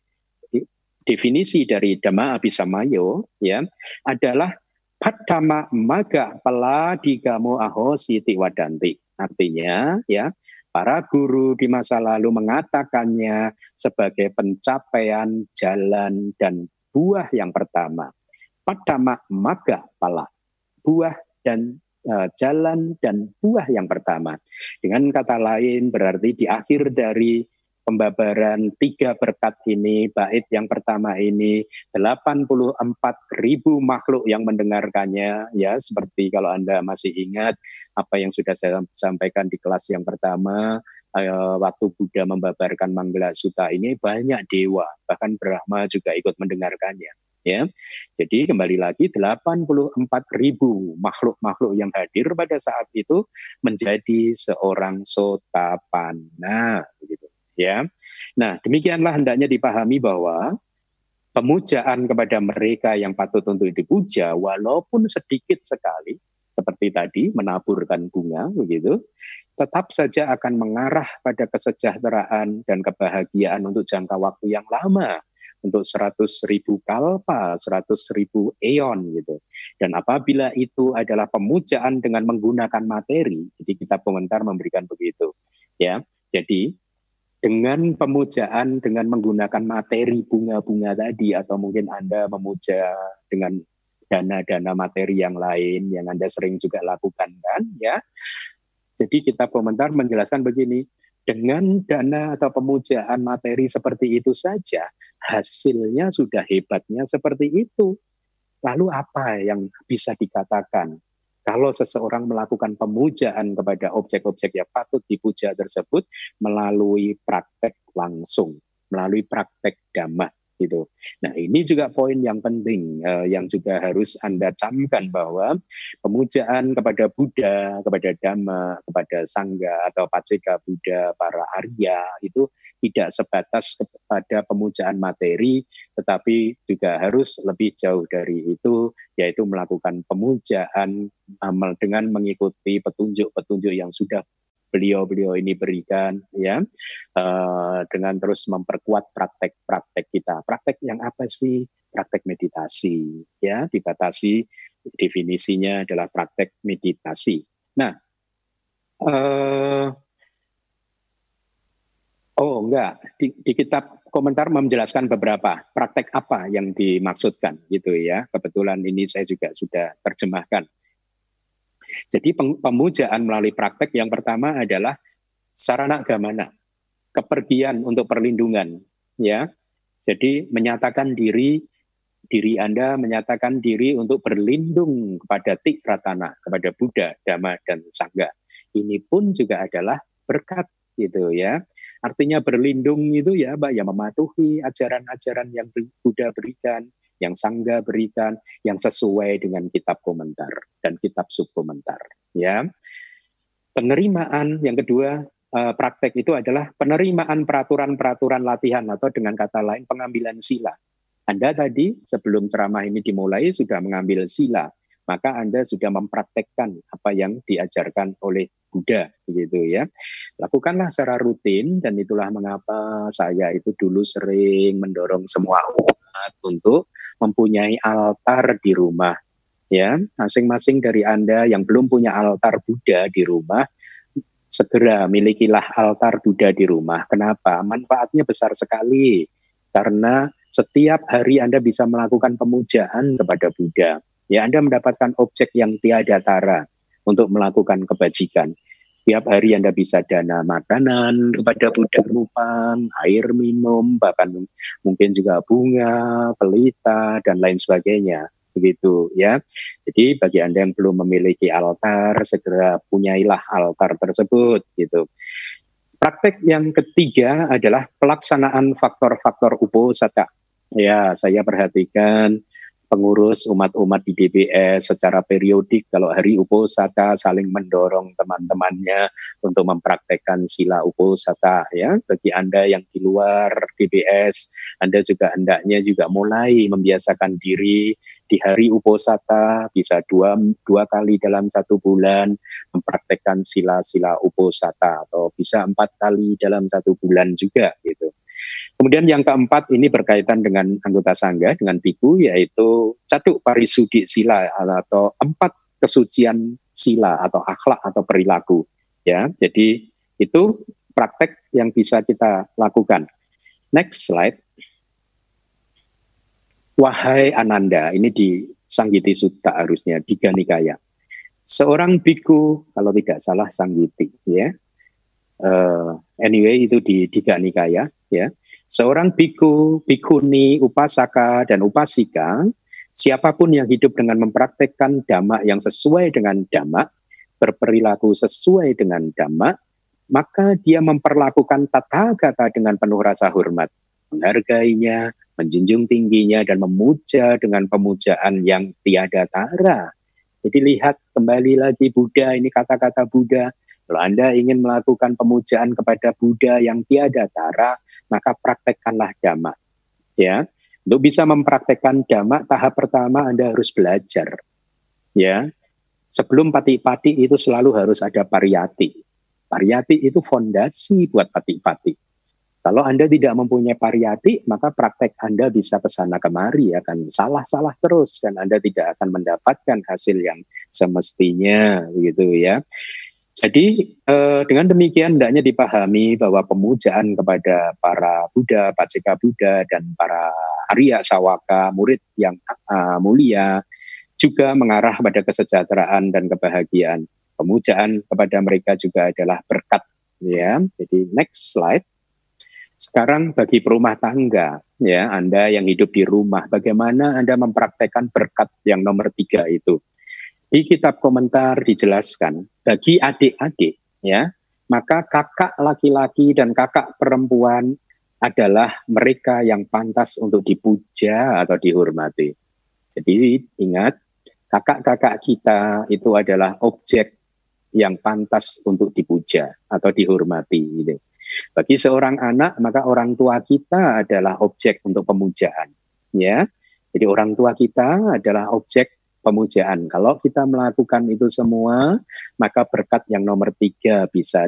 definisi dari Dhamma Abhisammayo ya adalah Padama maga paladigamo ahositi wadanti. Artinya ya, para guru di masa lalu mengatakannya sebagai pencapaian jalan dan buah yang pertama. Padama maga pala, buah dan jalan dan buah yang pertama. Dengan kata lain berarti di akhir dari pembabaran 3 berkat ini, bait yang pertama ini, 84.000 makhluk yang mendengarkannya, ya, seperti kalau Anda masih ingat apa yang sudah saya sampaikan di kelas yang pertama, waktu Buddha membabarkan Manggala Sutta ini, banyak dewa, bahkan Brahma juga ikut mendengarkannya. Ya, jadi kembali lagi 84.000 makhluk-makhluk yang hadir pada saat itu menjadi seorang sotapanna, begitu. Ya, nah demikianlah hendaknya dipahami bahwa pemujaan kepada mereka yang patut untuk dipuja, walaupun sedikit sekali, seperti tadi menaburkan bunga, begitu, tetap saja akan mengarah pada kesejahteraan dan kebahagiaan untuk jangka waktu yang lama, untuk 100.000 kalpa, 100.000 eon gitu. Dan apabila itu adalah pemujaan dengan menggunakan materi, jadi kitab komentar memberikan begitu, ya. Jadi dengan pemujaan dengan menggunakan materi bunga-bunga tadi, atau mungkin Anda memuja dengan dana-dana materi yang lain yang Anda sering juga lakukan, kan, ya. Jadi kitab komentar menjelaskan begini, dengan dana atau pemujaan materi seperti itu saja, hasilnya sudah hebatnya seperti itu. Lalu apa yang bisa dikatakan? Kalau seseorang melakukan pemujaan kepada objek-objek yang patut dipuja tersebut melalui praktek langsung, melalui praktek dhamma, gitu. Nah, ini juga poin yang penting yang juga harus Anda camkan, bahwa pemujaan kepada Buddha, kepada Dhamma, kepada Sangha atau Paceka Buddha, para Arya, itu tidak sebatas kepada pemujaan materi, tetapi juga harus lebih jauh dari itu, yaitu melakukan pemujaan dengan mengikuti petunjuk-petunjuk yang sudah beliau-beliau ini berikan, ya, dengan terus memperkuat praktek-praktek kita. Praktek yang apa sih? Praktek meditasi, ya, dibatasi definisinya adalah praktek meditasi. Nah, di kitab komentar menjelaskan beberapa praktek apa yang dimaksudkan, gitu ya. Kebetulan ini saya juga sudah terjemahkan. Jadi pemujaan melalui praktek yang pertama adalah sarana gamana, kepergian untuk perlindungan, ya. Jadi menyatakan diri Anda menyatakan diri untuk berlindung kepada Tikratana, kepada Buddha, Dhamma, dan Sangha. Ini pun juga adalah berkat, gitu ya. Artinya berlindung itu ya, Mbak, ya, mematuhi ajaran-ajaran yang Buddha berikan, yang Sangha berikan, yang sesuai dengan kitab komentar dan kitab subkomentar, ya. Penerimaan yang kedua, praktek itu adalah penerimaan peraturan-peraturan latihan, atau dengan kata lain pengambilan sila. Anda tadi sebelum ceramah ini dimulai sudah mengambil sila, maka Anda sudah mempraktekkan apa yang diajarkan oleh Buddha, begitu ya. Lakukanlah secara rutin, dan itulah mengapa saya itu dulu sering mendorong semua umat untuk mempunyai altar di rumah, ya. Masing-masing dari Anda yang belum punya altar Buddha di rumah, segera milikilah altar Buddha di rumah. Kenapa? Manfaatnya besar sekali, karena setiap hari Anda bisa melakukan pemujaan kepada Buddha. Ya, Anda mendapatkan objek yang tiada tara untuk melakukan kebajikan. Setiap hari Anda bisa dana makanan kepada Buddha, berupa air minum, bahkan mungkin juga bunga, pelita, dan lain sebagainya. Begitu ya. Jadi bagi Anda yang belum memiliki altar, segera punyailah altar tersebut, gitu. Praktek yang ketiga adalah pelaksanaan faktor-faktor uposatha. Ya, saya perhatikan pengurus umat-umat di DBS secara periodik, kalau hari uposatha saling mendorong teman-temannya untuk mempraktekkan sila uposatha, ya. Bagi Anda yang di luar DBS, Anda juga hendaknya juga mulai membiasakan diri di hari uposatha, bisa dua kali dalam 1 bulan mempraktekkan sila-sila uposatha, atau bisa 4 kali dalam 1 bulan juga, gitu. Kemudian yang keempat ini berkaitan dengan anggota sangga, dengan biku, yaitu Catuk Parisudi Sila, atau 4 kesucian sila atau akhlak atau perilaku, ya. Jadi itu praktek yang bisa kita lakukan. Next slide. Wahai Ananda, ini di Sanggiti Sutta harusnya, Digha Nikaya. Seorang biku, kalau tidak salah Sanggiti, ya. Anyway, itu di Digha Nikaya, ya. Seorang biku, bikuni, upasaka, dan upasika, siapapun yang hidup dengan mempraktekkan dhamma yang sesuai dengan dhamma, berperilaku sesuai dengan dhamma, maka dia memperlakukan Tathagata dengan penuh rasa hormat, menghargainya, menjunjung tingginya, dan memuja dengan pemujaan yang tiada tara. Jadi lihat kembali lagi Buddha, ini kata-kata Buddha. Kalau Anda ingin melakukan pemujaan kepada Buddha yang tiada tara, maka praktekkanlah dhamma. Ya, untuk bisa mempraktekkan dhamma, tahap pertama Anda harus belajar. Ya, sebelum pati-pati itu selalu harus ada pariyati. Pariyati itu fondasi buat pati-pati. Kalau Anda tidak mempunyai pariyati, maka praktek Anda bisa kesana kemari, akan salah-salah terus, dan Anda tidak akan mendapatkan hasil yang semestinya, gitu ya. Jadi dengan demikian hendaknya dipahami bahwa pemujaan kepada para Buddha, Paceka Buddha, dan para Arya Sawaka, murid yang mulia, juga mengarah pada kesejahteraan dan kebahagiaan. Pemujaan kepada mereka juga adalah berkat. Ya, jadi next slide. Sekarang bagi perumah tangga, ya Anda yang hidup di rumah, bagaimana Anda mempraktekkan berkat yang nomor 3 itu? Di kitab komentar dijelaskan, bagi adik-adik, ya, maka kakak laki-laki dan kakak perempuan adalah mereka yang pantas untuk dipuja atau dihormati. Jadi ingat, kakak-kakak kita itu adalah objek yang pantas untuk dipuja atau dihormati. Gitu. Bagi seorang anak, maka orang tua kita adalah objek untuk pemujaan. Ya, jadi orang tua kita adalah objek pemujaan. Kalau kita melakukan itu semua, maka berkat yang nomor 3 bisa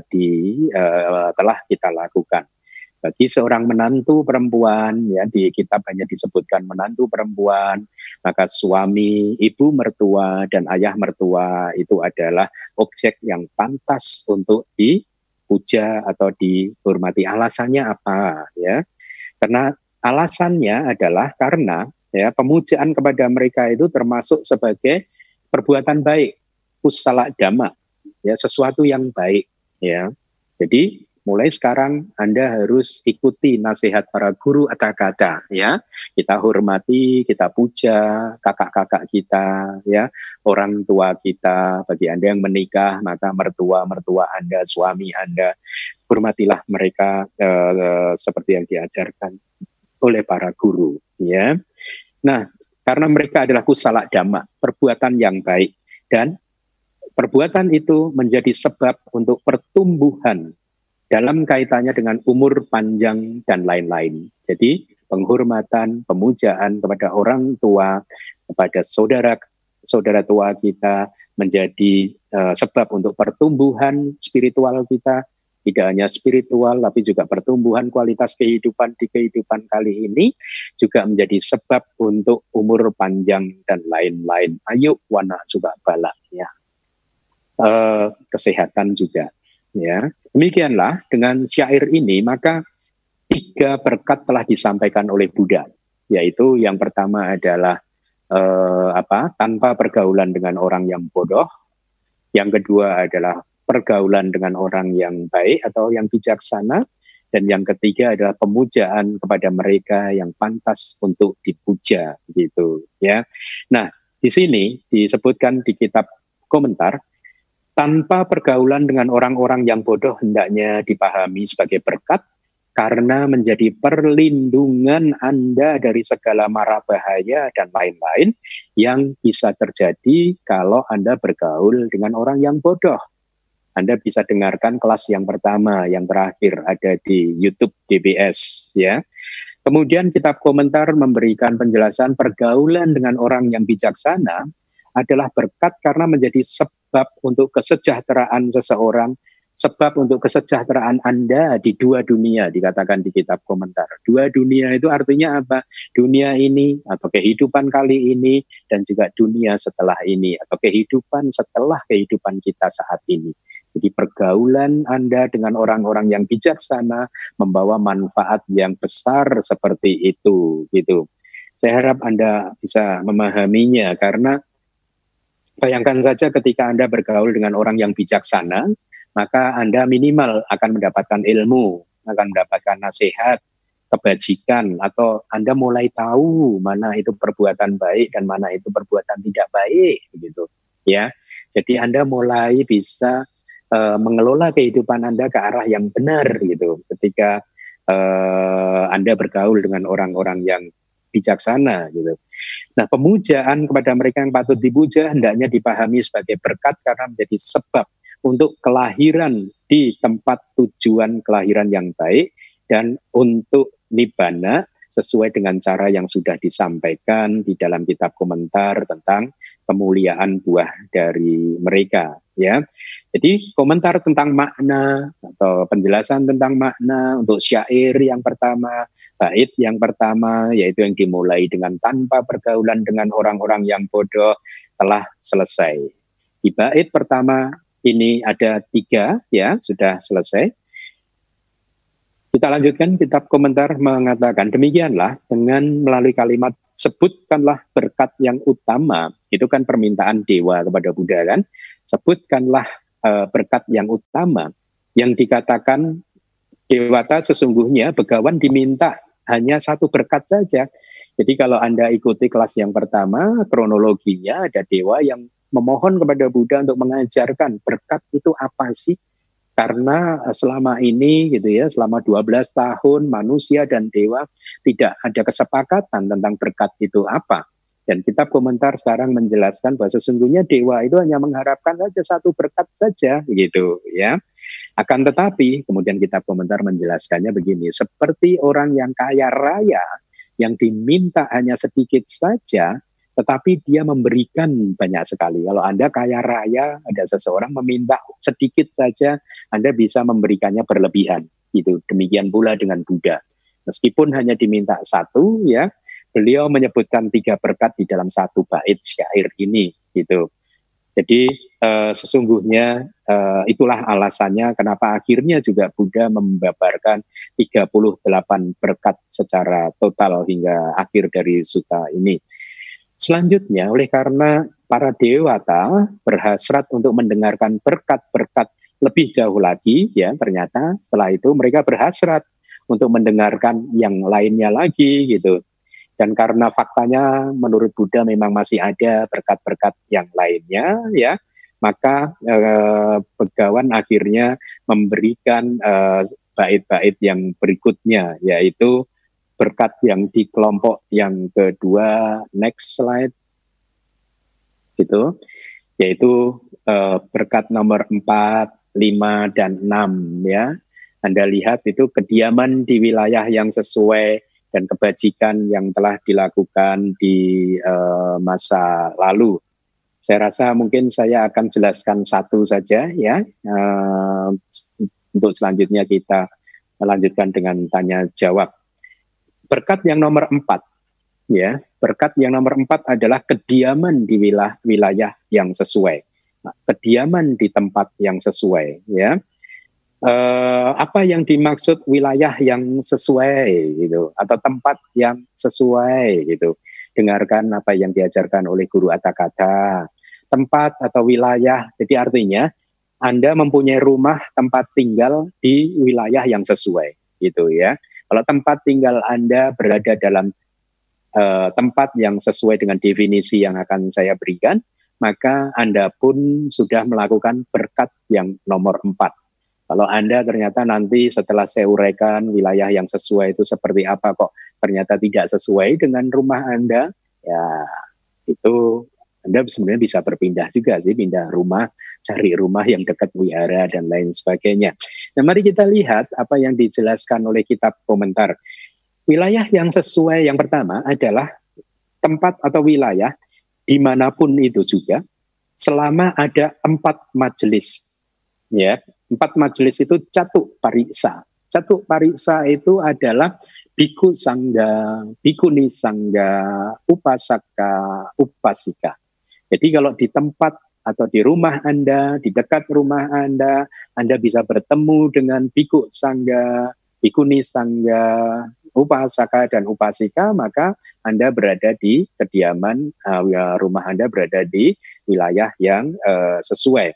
telah kita lakukan. Bagi seorang menantu perempuan, ya di kitab hanya disebutkan menantu perempuan, maka suami, ibu mertua, dan ayah mertua itu adalah objek yang pantas untuk dipuja atau dihormati. Alasannya apa? Ya, karena alasannya adalah karena ya, pemujaan kepada mereka itu termasuk sebagai perbuatan baik, kusala dhamma, ya sesuatu yang baik, ya. Jadi mulai sekarang Anda harus ikuti nasihat para guru Tathagata, ya. Kita hormati, kita puja kakak-kakak kita, ya, orang tua kita. Bagi Anda yang menikah, maka mertua-mertua Anda, suami Anda, hormatilah mereka seperti yang diajarkan oleh para guru, ya. Nah, karena mereka adalah kusala dhamma, perbuatan yang baik, dan perbuatan itu menjadi sebab untuk pertumbuhan dalam kaitannya dengan umur panjang dan lain-lain. Jadi penghormatan, pemujaan kepada orang tua, kepada saudara tua kita menjadi sebab untuk pertumbuhan spiritual kita. Tidak hanya spiritual, tapi juga pertumbuhan kualitas kehidupan di kehidupan kali ini juga menjadi sebab untuk umur panjang dan lain-lain. Ayo wana juga bala, ya. Kesehatan juga, ya. Demikianlah dengan syair ini, maka 3 berkat telah disampaikan oleh Buddha, yaitu yang pertama adalah tanpa pergaulan dengan orang yang bodoh, yang kedua adalah pergaulan dengan orang yang baik atau yang bijaksana, dan yang ketiga adalah pemujaan kepada mereka yang pantas untuk dipuja, gitu ya. Nah, di sini disebutkan di kitab komentar, tanpa pergaulan dengan orang-orang yang bodoh hendaknya dipahami sebagai berkat karena menjadi perlindungan Anda dari segala mara bahaya dan lain-lain yang bisa terjadi kalau Anda bergaul dengan orang yang bodoh. Anda bisa dengarkan kelas yang pertama, yang terakhir ada di YouTube DBS, ya. Kemudian kitab komentar memberikan penjelasan pergaulan dengan orang yang bijaksana adalah berkat karena menjadi sebab untuk kesejahteraan seseorang, sebab untuk kesejahteraan Anda di 2 dunia, dikatakan di kitab komentar. 2 dunia itu artinya apa? Dunia ini atau kehidupan kali ini, dan juga dunia setelah ini atau kehidupan setelah kehidupan kita saat ini. Jadi pergaulan Anda dengan orang-orang yang bijaksana membawa manfaat yang besar seperti itu, gitu. Saya harap Anda bisa memahaminya, karena bayangkan saja ketika Anda bergaul dengan orang yang bijaksana, maka Anda minimal akan mendapatkan ilmu, akan mendapatkan nasihat, kebajikan, atau Anda mulai tahu mana itu perbuatan baik dan mana itu perbuatan tidak baik, begitu ya. Jadi Anda mulai bisa mengelola kehidupan Anda ke arah yang benar gitu. Ketika Anda bergaul dengan orang-orang yang bijaksana gitu. Nah, pemujaan kepada mereka yang patut dipuja hendaknya dipahami sebagai berkat karena menjadi sebab untuk kelahiran di tempat tujuan kelahiran yang baik dan untuk nibana sesuai dengan cara yang sudah disampaikan di dalam kitab komentar tentang kemuliaan buah dari mereka ya. Jadi komentar tentang makna atau penjelasan tentang makna untuk syair yang pertama, bait yang pertama yaitu yang dimulai dengan tanpa pergaulan dengan orang-orang yang bodoh telah selesai. Di bait pertama ini ada 3 ya, sudah selesai. Kita lanjutkan, kitab komentar mengatakan demikianlah dengan melalui kalimat sebutkanlah berkat yang utama. Itu kan permintaan dewa kepada Buddha kan. Sebutkanlah berkat yang utama yang dikatakan dewata sesungguhnya begawan diminta hanya 1 berkat saja. Jadi kalau Anda ikuti kelas yang pertama, kronologinya ada dewa yang memohon kepada Buddha untuk mengajarkan berkat itu apa sih? Karena selama ini gitu ya, selama 12 tahun manusia dan dewa tidak ada kesepakatan tentang berkat itu apa. Dan kitab komentar sekarang menjelaskan bahwa sesungguhnya dewa itu hanya mengharapkan saja 1 berkat saja gitu ya. Akan tetapi kemudian kitab komentar menjelaskannya begini, seperti orang yang kaya raya yang diminta hanya sedikit saja, tetapi dia memberikan banyak sekali. Kalau Anda kaya raya, ada seseorang meminta sedikit saja, Anda bisa memberikannya berlebihan. Gitu. Demikian pula dengan Buddha. Meskipun hanya diminta 1, ya, beliau menyebutkan 3 berkat di dalam 1 bait syair ini. Gitu. Jadi sesungguhnya itulah alasannya kenapa akhirnya juga Buddha membabarkan 38 berkat secara total hingga akhir dari sutta ini. Selanjutnya, oleh karena para dewata berhasrat untuk mendengarkan berkat-berkat lebih jauh lagi, ya ternyata setelah itu mereka berhasrat untuk mendengarkan yang lainnya lagi, gitu. Dan karena faktanya menurut Buddha memang masih ada berkat-berkat yang lainnya, ya, maka begawan akhirnya memberikan bait-bait yang berikutnya, yaitu berkat yang di kelompok yang kedua, next slide, gitu, yaitu berkat nomor 4, 5, dan 6 ya. Anda lihat itu kediaman di wilayah yang sesuai dan kebajikan yang telah dilakukan di masa lalu. Saya rasa mungkin saya akan jelaskan 1 saja ya. Untuk selanjutnya kita lanjutkan dengan tanya jawab. Berkat yang nomor 4, ya, berkat yang nomor 4 adalah kediaman di wilayah yang sesuai, kediaman di tempat yang sesuai, ya. Apa yang dimaksud wilayah yang sesuai, gitu, atau tempat yang sesuai, gitu? Dengarkan apa yang diajarkan oleh Guru Atthakatha. Tempat atau wilayah, jadi artinya Anda mempunyai rumah tempat tinggal di wilayah yang sesuai, gitu ya. Kalau tempat tinggal Anda berada dalam tempat yang sesuai dengan definisi yang akan saya berikan, maka Anda pun sudah melakukan berkat yang nomor 4. Kalau Anda ternyata nanti setelah saya uraikan wilayah yang sesuai itu seperti apa kok ternyata tidak sesuai dengan rumah Anda, ya itu Anda sebenarnya bisa berpindah juga sih, pindah rumah, cari rumah yang dekat wihara dan lain sebagainya. Nah, mari kita lihat apa yang dijelaskan oleh kitab komentar. Wilayah yang sesuai yang pertama adalah tempat atau wilayah dimanapun itu juga, selama ada 4 majelis. Ya, 4 majelis itu catuk pariksa. Catuk pariksa itu adalah bhikkhu sangga, bhikkhuni sangga, upasaka, upasika. Jadi kalau di tempat atau di rumah Anda, di dekat rumah Anda bisa bertemu dengan bhikkhu sangga, bhikkhuni sangga, upasaka dan upasika, maka Anda berada di kediaman, rumah Anda berada di wilayah yang sesuai.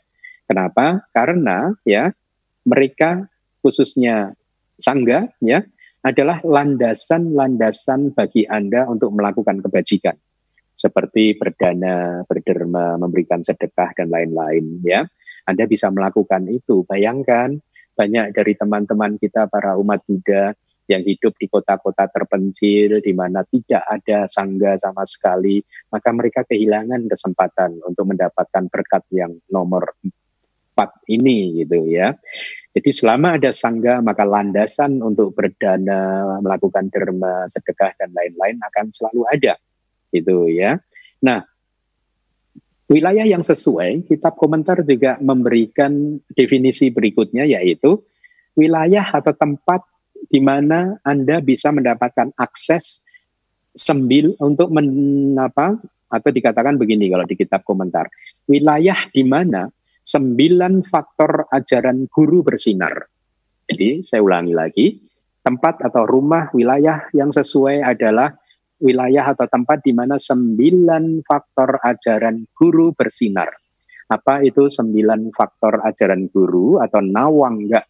Kenapa? Karena ya mereka khususnya sangga ya adalah landasan-landasan bagi Anda untuk melakukan kebajikan seperti berdana, berderma, memberikan sedekah dan lain-lain ya. Anda bisa melakukan itu. Bayangkan banyak dari teman-teman kita para umat Buddha yang hidup di kota-kota terpencil di mana tidak ada sangga sama sekali, maka mereka kehilangan kesempatan untuk mendapatkan berkat yang nomor 4 ini gitu ya. Jadi selama ada sangga maka landasan untuk berdana, melakukan derma, sedekah dan lain-lain akan selalu ada gitu ya. Nah, wilayah yang sesuai, kitab komentar juga memberikan definisi berikutnya yaitu wilayah atau tempat di mana Anda bisa mendapatkan akses untuk atau dikatakan begini kalau di kitab komentar, wilayah di mana 9 faktor ajaran guru bersinar. Jadi saya ulangi lagi, tempat atau rumah wilayah yang sesuai adalah wilayah atau tempat di mana 9 faktor ajaran guru bersinar. Apa itu 9 faktor ajaran guru atau nawangga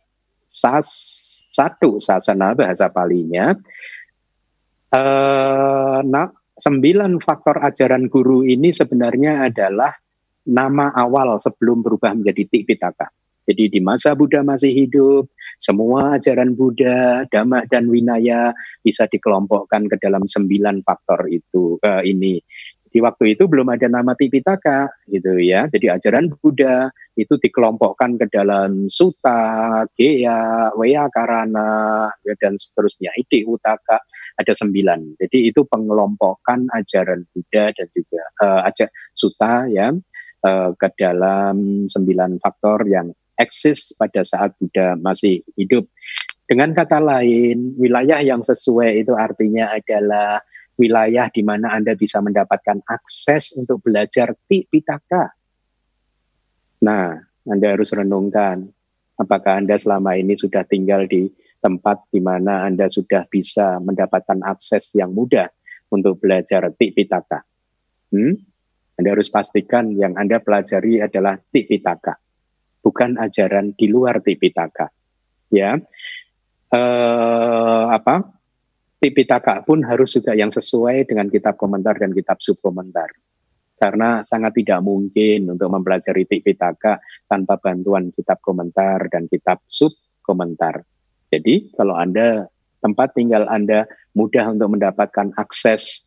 satu sasana bahasa Palinya? 9 faktor ajaran guru ini sebenarnya adalah nama awal sebelum berubah menjadi Tipitaka. Jadi di masa Buddha masih hidup, semua ajaran Buddha, Dhamma dan Vinaya bisa dikelompokkan ke dalam 9 faktor itu ini. Di waktu itu belum ada nama Tipitaka gitu ya. Jadi ajaran Buddha itu dikelompokkan ke dalam Sutta, Geya, Wyakarana dan seterusnya. Iti Utaka ada 9. Jadi itu pengelompokan ajaran Buddha dan juga Sutta ya ke dalam 9 faktor yang eksis pada saat Buddha masih hidup. Dengan kata lain, wilayah yang sesuai itu artinya adalah wilayah di mana Anda bisa mendapatkan akses untuk belajar Tipitaka. Nah, Anda harus renungkan, apakah Anda selama ini sudah tinggal di tempat di mana Anda sudah bisa mendapatkan akses yang mudah untuk belajar Tipitaka. Anda harus pastikan yang Anda pelajari adalah Tipitaka, bukan ajaran di luar Tipitaka. Ya, Tipitaka pun harus juga yang sesuai dengan kitab komentar dan kitab subkomentar. Karena sangat tidak mungkin untuk mempelajari Tipitaka tanpa bantuan kitab komentar dan kitab subkomentar. Jadi kalau Anda, tempat tinggal Anda mudah untuk mendapatkan akses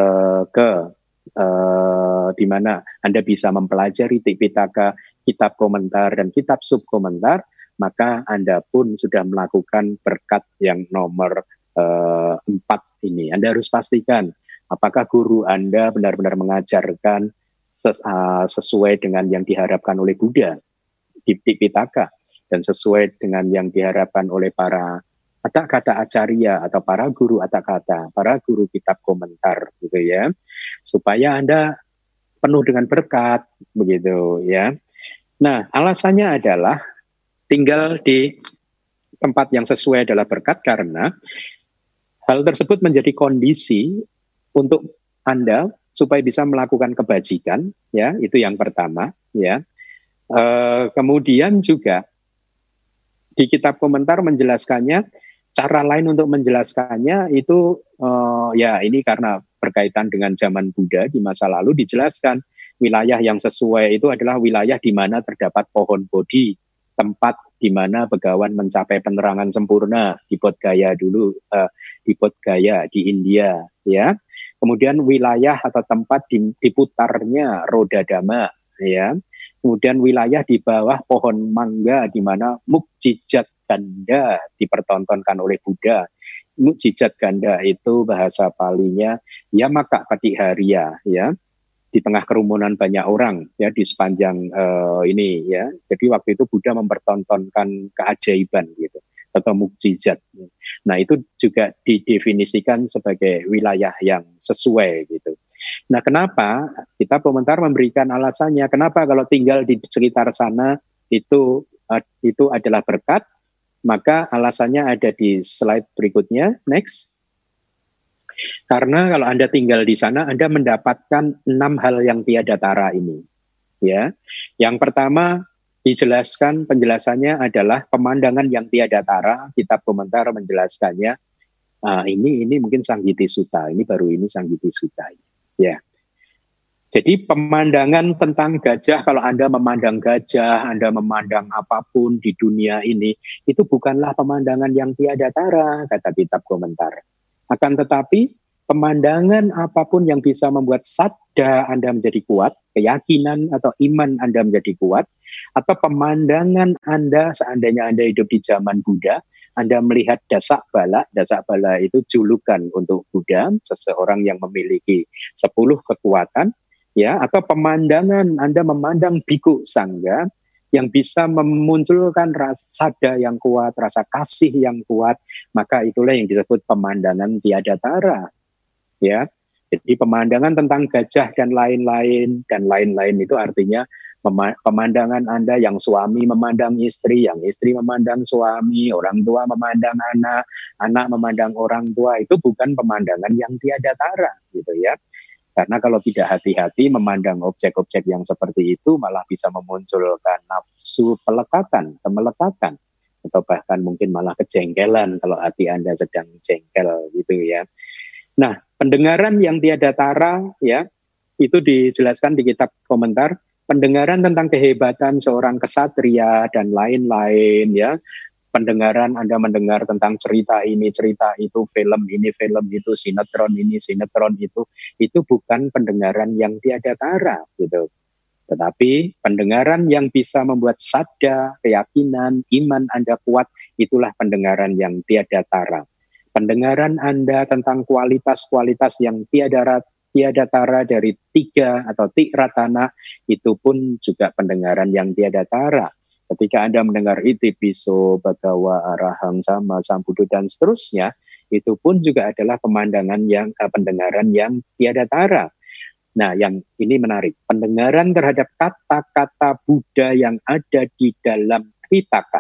di mana Anda bisa mempelajari Tipitaka, kitab komentar dan kitab subkomentar, maka Anda pun sudah melakukan berkat yang nomor 4 ini. Anda harus pastikan apakah guru Anda benar-benar mengajarkan sesuai dengan yang diharapkan oleh Buddha di Tipitaka dan sesuai dengan yang diharapkan oleh para kata acarya atau para guru kata, para guru kitab komentar gitu ya. Supaya Anda penuh dengan berkat begitu ya. Nah, alasannya adalah tinggal di tempat yang sesuai adalah berkat karena hal tersebut menjadi kondisi untuk Anda supaya bisa melakukan kebajikan, ya itu yang pertama, ya. Kemudian juga di kitab komentar menjelaskannya, cara lain untuk menjelaskannya itu, ya ini karena berkaitan dengan zaman Buddha di masa lalu dijelaskan wilayah yang sesuai itu adalah wilayah di mana terdapat pohon bodhi, tempat di mana begawan mencapai penerangan sempurna di Bodh Gaya dulu, di Bodh Gaya di India, ya. Kemudian wilayah atau tempat diputarnya roda dhamma, ya. Kemudian wilayah di bawah pohon mangga di mana mukjizat ganda dipertontonkan oleh Buddha. Mukjizat ganda itu bahasa Palinya yamaka patiharya, ya. Di tengah kerumunan banyak orang ya di sepanjang ini ya. Jadi waktu itu Buddha mempertontonkan keajaiban gitu atau mukjizat. Nah, itu juga didefinisikan sebagai wilayah yang sesuai gitu. Nah, kenapa kita komentar memberikan alasannya kenapa kalau tinggal di sekitar sana itu adalah berkat, maka alasannya ada di slide berikutnya, next. Karena kalau Anda tinggal di sana, Anda mendapatkan 6 hal yang tiada tara ini. Ya, yang pertama Dijelaskan, penjelasannya adalah pemandangan yang tiada tara. Kitab komentar menjelaskannya, ini mungkin Sanggiti Sutta, ini baru ini Sanggiti Sutta. Ya. Jadi pemandangan tentang gajah, kalau Anda memandang gajah, Anda memandang apapun di dunia ini, itu bukanlah pemandangan yang tiada tara, kata kitab komentar. Akan tetapi, pemandangan apapun yang bisa membuat sadda Anda menjadi kuat, keyakinan atau iman Anda menjadi kuat, atau pemandangan Anda seandainya Anda hidup di zaman Buddha, Anda melihat dasak bala itu julukan untuk Buddha, seseorang yang memiliki 10 kekuatan, ya, atau pemandangan Anda memandang biku sangga yang bisa memunculkan rasa sadda yang kuat, rasa kasih yang kuat, maka itulah yang disebut pemandangan tiada tara. Ya, jadi pemandangan tentang gajah dan lain-lain itu artinya pemandangan Anda yang suami memandang istri, yang istri memandang suami, orang tua memandang anak, anak memandang orang tua, itu bukan pemandangan yang tiada tara, gitu ya. Karena kalau tidak hati-hati memandang objek-objek yang seperti itu malah bisa memunculkan nafsu kemelekatan, atau bahkan mungkin malah kejengkelan kalau hati Anda sedang jengkel gitu ya. Nah, pendengaran yang tiada tara ya, itu dijelaskan di kitab komentar, pendengaran tentang kehebatan seorang kesatria dan lain-lain ya. Pendengaran Anda mendengar tentang cerita ini, cerita itu, film ini, film itu, sinetron ini, sinetron itu bukan pendengaran yang tiada tara gitu. Tetapi pendengaran yang bisa membuat sadda, keyakinan, iman Anda kuat, itulah pendengaran yang tiada tara. Pendengaran Anda tentang kualitas-kualitas yang tiada tara dari 3 atau tikratana, itu pun juga pendengaran yang tiada tara. Ketika Anda mendengar itipiso, bagawa, arahang, sama, sambuddho, dan seterusnya, itu pun juga adalah pendengaran yang tiada tara. Nah, yang ini menarik. Pendengaran terhadap kata-kata Buddha yang ada di dalam Pitaka,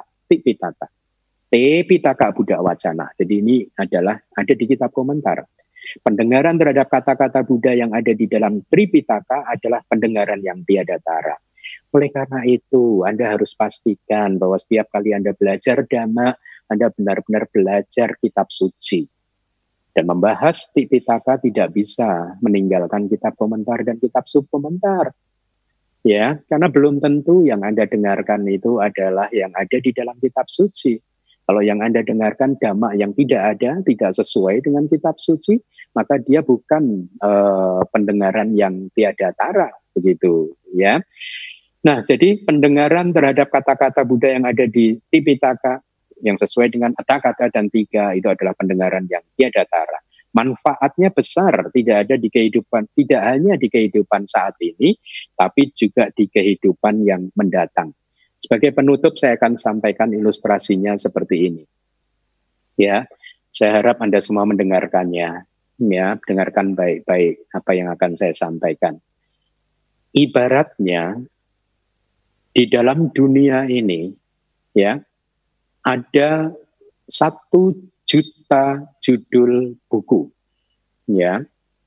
Pitaka Buddha Wacana. Jadi ini adalah ada di kitab komentar. Pendengaran terhadap kata-kata Buddha yang ada di dalam Tripitaka adalah pendengaran yang tiada tara. Oleh karena itu, Anda harus pastikan bahwa setiap kali Anda belajar Dhamma, Anda benar-benar belajar kitab suci. Dan membahas Tipitaka tidak bisa meninggalkan kitab komentar dan kitab subkomentar. Ya, karena belum tentu yang Anda dengarkan itu adalah yang ada di dalam kitab suci. Kalau yang Anda dengarkan Dhamma yang tidak ada, tidak sesuai dengan kitab suci, maka dia bukan pendengaran yang tiada tara, begitu ya. Nah, jadi pendengaran terhadap kata-kata Buddha yang ada di Tipitaka yang sesuai dengan kata-kata dan 3 itu adalah pendengaran yang tiada tara. Manfaatnya besar, tidak hanya di kehidupan saat ini, tapi juga di kehidupan yang mendatang. Sebagai penutup saya akan sampaikan ilustrasinya seperti ini. Ya, saya harap Anda semua mendengarkannya. Ya, dengarkan baik-baik apa yang akan saya sampaikan. Ibaratnya di dalam dunia ini, ya, ada 1 juta judul buku, ya.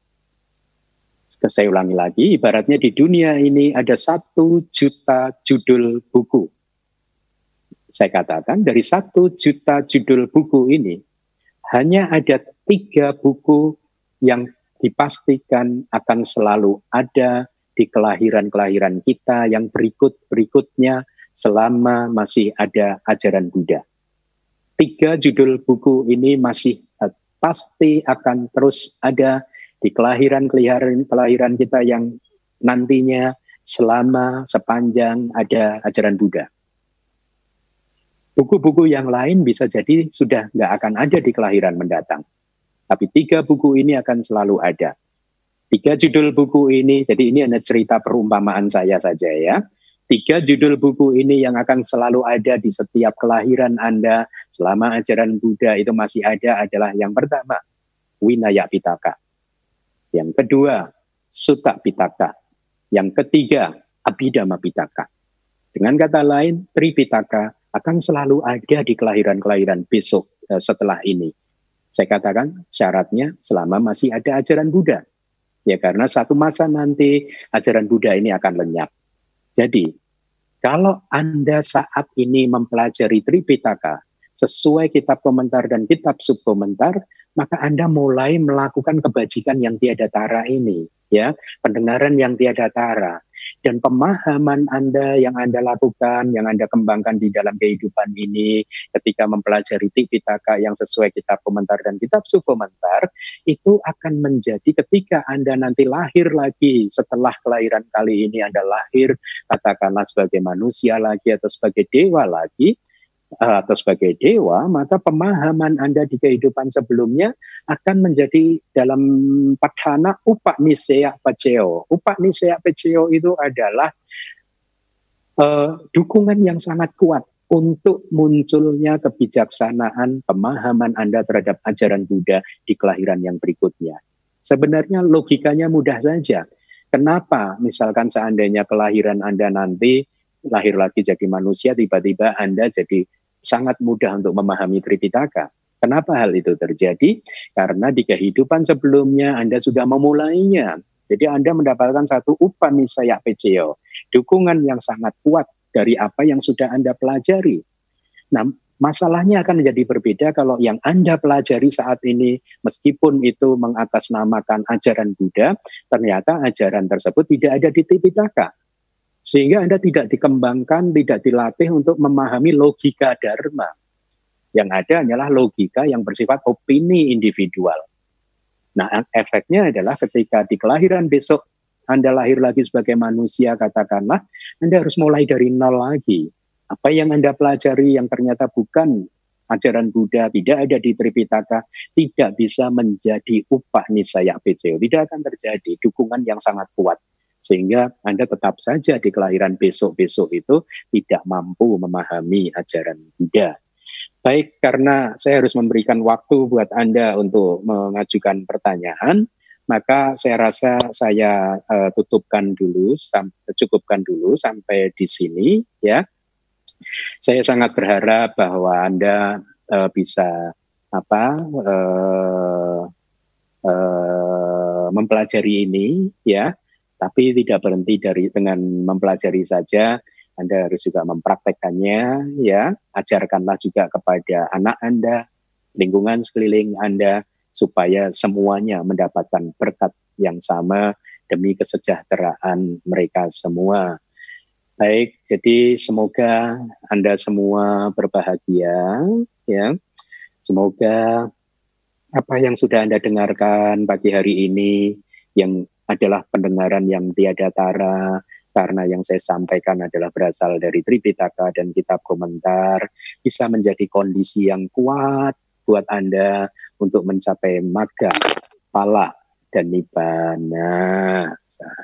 Saya ulangi lagi, ibaratnya di dunia ini ada 1 juta judul buku. Saya katakan dari 1 juta judul buku ini, hanya ada 3 buku yang dipastikan akan selalu ada di kelahiran-kelahiran kita yang berikut-berikutnya selama masih ada ajaran Buddha. 3 judul buku ini masih pasti akan terus ada di kelahiran kita yang nantinya selama sepanjang ada ajaran Buddha. Buku-buku yang lain bisa jadi sudah nggak akan ada di kelahiran mendatang. Tapi 3 buku ini akan selalu ada. 3 judul buku ini, jadi ini hanya cerita perumpamaan saya saja ya. 3 judul buku ini yang akan selalu ada di setiap kelahiran Anda selama ajaran Buddha itu masih ada adalah yang pertama, Vinaya Pitaka. Yang kedua, Sutta Pitaka. Yang ketiga, Abhidhamma Pitaka. Dengan kata lain, Tripitaka akan selalu ada di kelahiran-kelahiran besok setelah ini. Saya katakan syaratnya selama masih ada ajaran Buddha. Ya karena satu masa nanti ajaran Buddha ini akan lenyap. Jadi Kalau Anda saat ini mempelajari Tripitaka sesuai kitab komentar dan kitab subkomentar, maka Anda mulai melakukan kebajikan yang tiada tara ini, ya, pendengaran yang tiada tara. Dan pemahaman Anda yang Anda lakukan, yang Anda kembangkan di dalam kehidupan ini ketika mempelajari Tripitaka yang sesuai kitab komentar dan kitab subkomentar, itu akan menjadi ketika Anda nanti lahir lagi setelah kelahiran kali ini, Anda lahir katakanlah sebagai manusia lagi atau sebagai dewa lagi, atau sebagai dewa, maka pemahaman Anda di kehidupan sebelumnya akan menjadi dalam padhana upaniseya paceo. Upaniseya paceo itu adalah dukungan yang sangat kuat untuk munculnya kebijaksanaan pemahaman Anda terhadap ajaran Buddha di kelahiran yang berikutnya. Sebenarnya logikanya mudah saja. Kenapa misalkan seandainya kelahiran Anda nanti lahir lagi jadi manusia, tiba-tiba Anda jadi sangat mudah untuk memahami Tripitaka. Kenapa hal itu terjadi? Karena di kehidupan sebelumnya Anda sudah memulainya. Jadi Anda mendapatkan satu upaniseya paceo, dukungan yang sangat kuat dari apa yang sudah Anda pelajari. Nah, masalahnya akan menjadi berbeda kalau yang Anda pelajari saat ini, meskipun itu mengatasnamakan ajaran Buddha, ternyata ajaran tersebut tidak ada di Tripitaka. Sehingga Anda tidak dikembangkan, tidak dilatih untuk memahami logika dharma. Yang ada hanyalah logika yang bersifat opini individual. Nah, efeknya adalah ketika di kelahiran besok Anda lahir lagi sebagai manusia, katakanlah, Anda harus mulai dari nol lagi. Apa yang Anda pelajari yang ternyata bukan ajaran Buddha, tidak ada di Tripitaka, tidak bisa menjadi upaniseya paceo. Tidak akan terjadi dukungan yang sangat kuat. Sehingga Anda tetap saja di kelahiran besok-besok itu tidak mampu memahami ajaran Buddha. Baik, karena saya harus memberikan waktu buat Anda untuk mengajukan pertanyaan, maka saya rasa saya cukupkan dulu sampai di sini, ya. Saya sangat berharap bahwa Anda bisa mempelajari ini, ya. Tapi tidak berhenti dengan mempelajari saja, Anda harus juga mempraktekkannya, ya. Ajarkanlah juga kepada anak Anda, lingkungan sekeliling Anda, supaya semuanya mendapatkan berkat yang sama demi kesejahteraan mereka semua. Baik, jadi semoga Anda semua berbahagia, ya. Semoga apa yang sudah Anda dengarkan pagi hari ini, yang adalah pendengaran yang tiada tara, karena yang saya sampaikan adalah berasal dari Tripitaka dan kitab komentar, bisa menjadi kondisi yang kuat buat Anda untuk mencapai magga, pala, dan nibbana.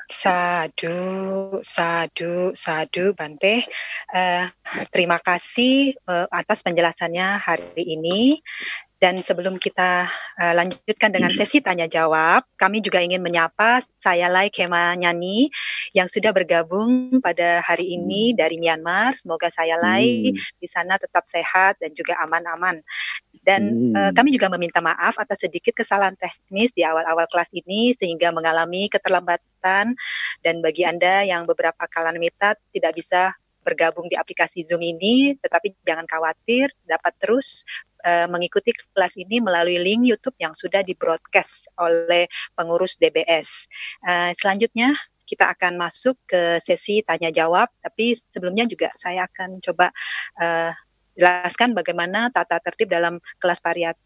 Sadu, sadu, sadu, Bante. Terima kasih atas penjelasannya hari ini. Dan sebelum kita lanjutkan dengan sesi tanya jawab, kami juga ingin menyapa Sayalai Khema Nyani yang sudah bergabung pada hari ini dari Myanmar. Semoga Sayalai di sana tetap sehat dan juga aman-aman. Dan kami juga meminta maaf atas sedikit kesalahan teknis di awal-awal kelas ini sehingga mengalami keterlambatan. Dan bagi Anda yang beberapa kalanimita tidak bisa bergabung di aplikasi Zoom ini, tetapi jangan khawatir, dapat terus mengikuti kelas ini melalui link YouTube yang sudah di-broadcast oleh pengurus DBS. Selanjutnya kita akan masuk ke sesi tanya-jawab, tapi sebelumnya juga saya akan coba jelaskan bagaimana tata tertib dalam kelas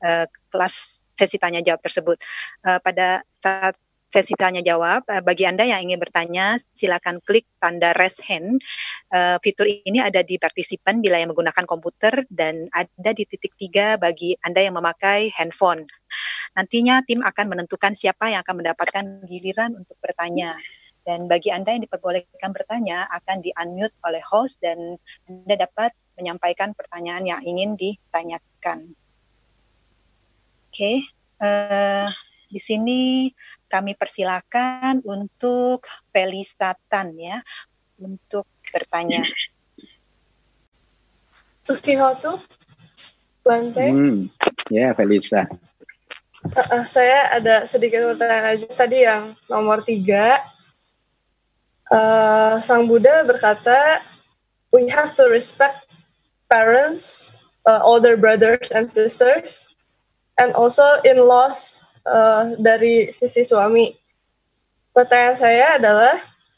sesi tanya-jawab tersebut. Pada saat sesi tanya-jawab, bagi Anda yang ingin bertanya, silakan klik tanda raise hand. Fitur ini ada di partisipan bila yang menggunakan komputer dan ada di titik 3 bagi Anda yang memakai handphone. Nantinya tim akan menentukan siapa yang akan mendapatkan giliran untuk bertanya. Dan bagi Anda yang diperbolehkan bertanya, akan di-unmute oleh host dan Anda dapat menyampaikan pertanyaan yang ingin ditanyakan. Oke, di sini kami persilakan untuk Felisatan ya, untuk bertanya. Sukihoto, Bante. Ya, Felisa. Saya ada sedikit pertanyaan aja. Tadi yang nomor 3, Sang Buddha berkata, we have to respect parents, older brothers and sisters, and also in-laws dari sisi suami. Pertanyaan saya adalah,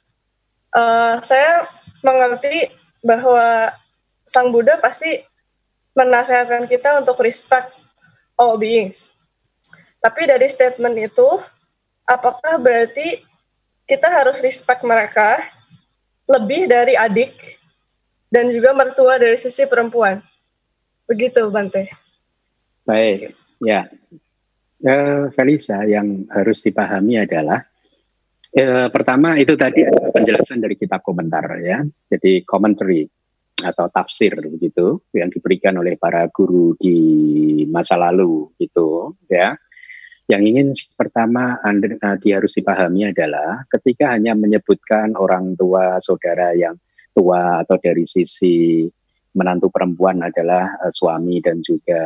saya mengerti bahwa Sang Buddha pasti menasihatkan kita untuk respect all beings. Tapi dari statement itu, apakah berarti kita harus respect mereka lebih dari adik dan juga mertua dari sisi perempuan? Begitu, Bante. Baik, ya. Felisa, yang harus dipahami adalah pertama itu tadi penjelasan dari kitab komentar ya. Jadi commentary atau tafsir begitu yang diberikan oleh para guru di masa lalu gitu ya. Yang ingin pertama dia harus dipahami adalah ketika hanya menyebutkan orang tua, saudara yang tua atau dari sisi menantu perempuan adalah suami dan juga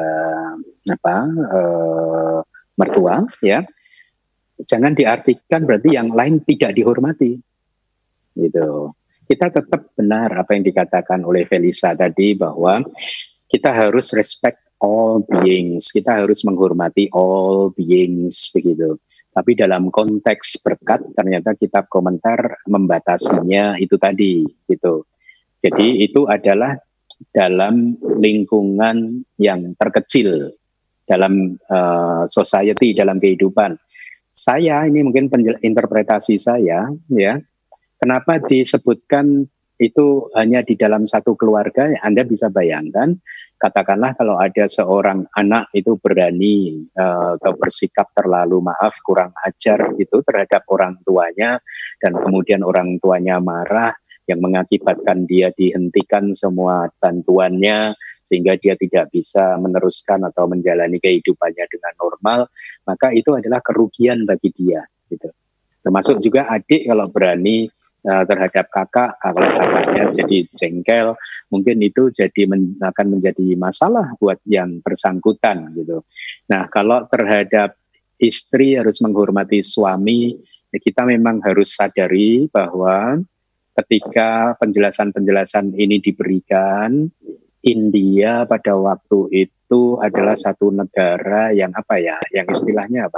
mertua ya. Jangan diartikan berarti yang lain tidak dihormati. Gitu. Kita tetap benar apa yang dikatakan oleh Felisa tadi bahwa kita harus respect all beings, kita harus menghormati all beings begitu. Tapi dalam konteks berkat ternyata kitab komentar membatasinya itu tadi gitu. Jadi itu adalah dalam lingkungan yang terkecil dalam society, dalam kehidupan. Saya ini mungkin interpretasi saya ya. Kenapa disebutkan itu hanya di dalam satu keluarga? Anda bisa bayangkan, katakanlah kalau ada seorang anak itu berani atau bersikap terlalu kurang ajar itu terhadap orang tuanya, dan kemudian orang tuanya marah yang mengakibatkan dia dihentikan semua bantuannya sehingga dia tidak bisa meneruskan atau menjalani kehidupannya dengan normal, maka itu adalah kerugian bagi dia gitu. Termasuk juga adik kalau berani terhadap kakak, kalau kakaknya jadi jengkel, mungkin itu akan menjadi masalah buat yang bersangkutan gitu. Nah, kalau terhadap istri harus menghormati suami, ya kita memang harus sadari bahwa ketika penjelasan-penjelasan ini diberikan, India pada waktu itu adalah satu negara yang yang istilahnya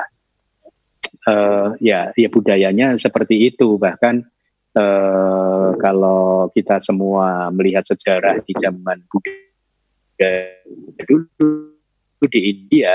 ya budayanya seperti itu. Bahkan kalau kita semua melihat sejarah di zaman Buddha dulu di India,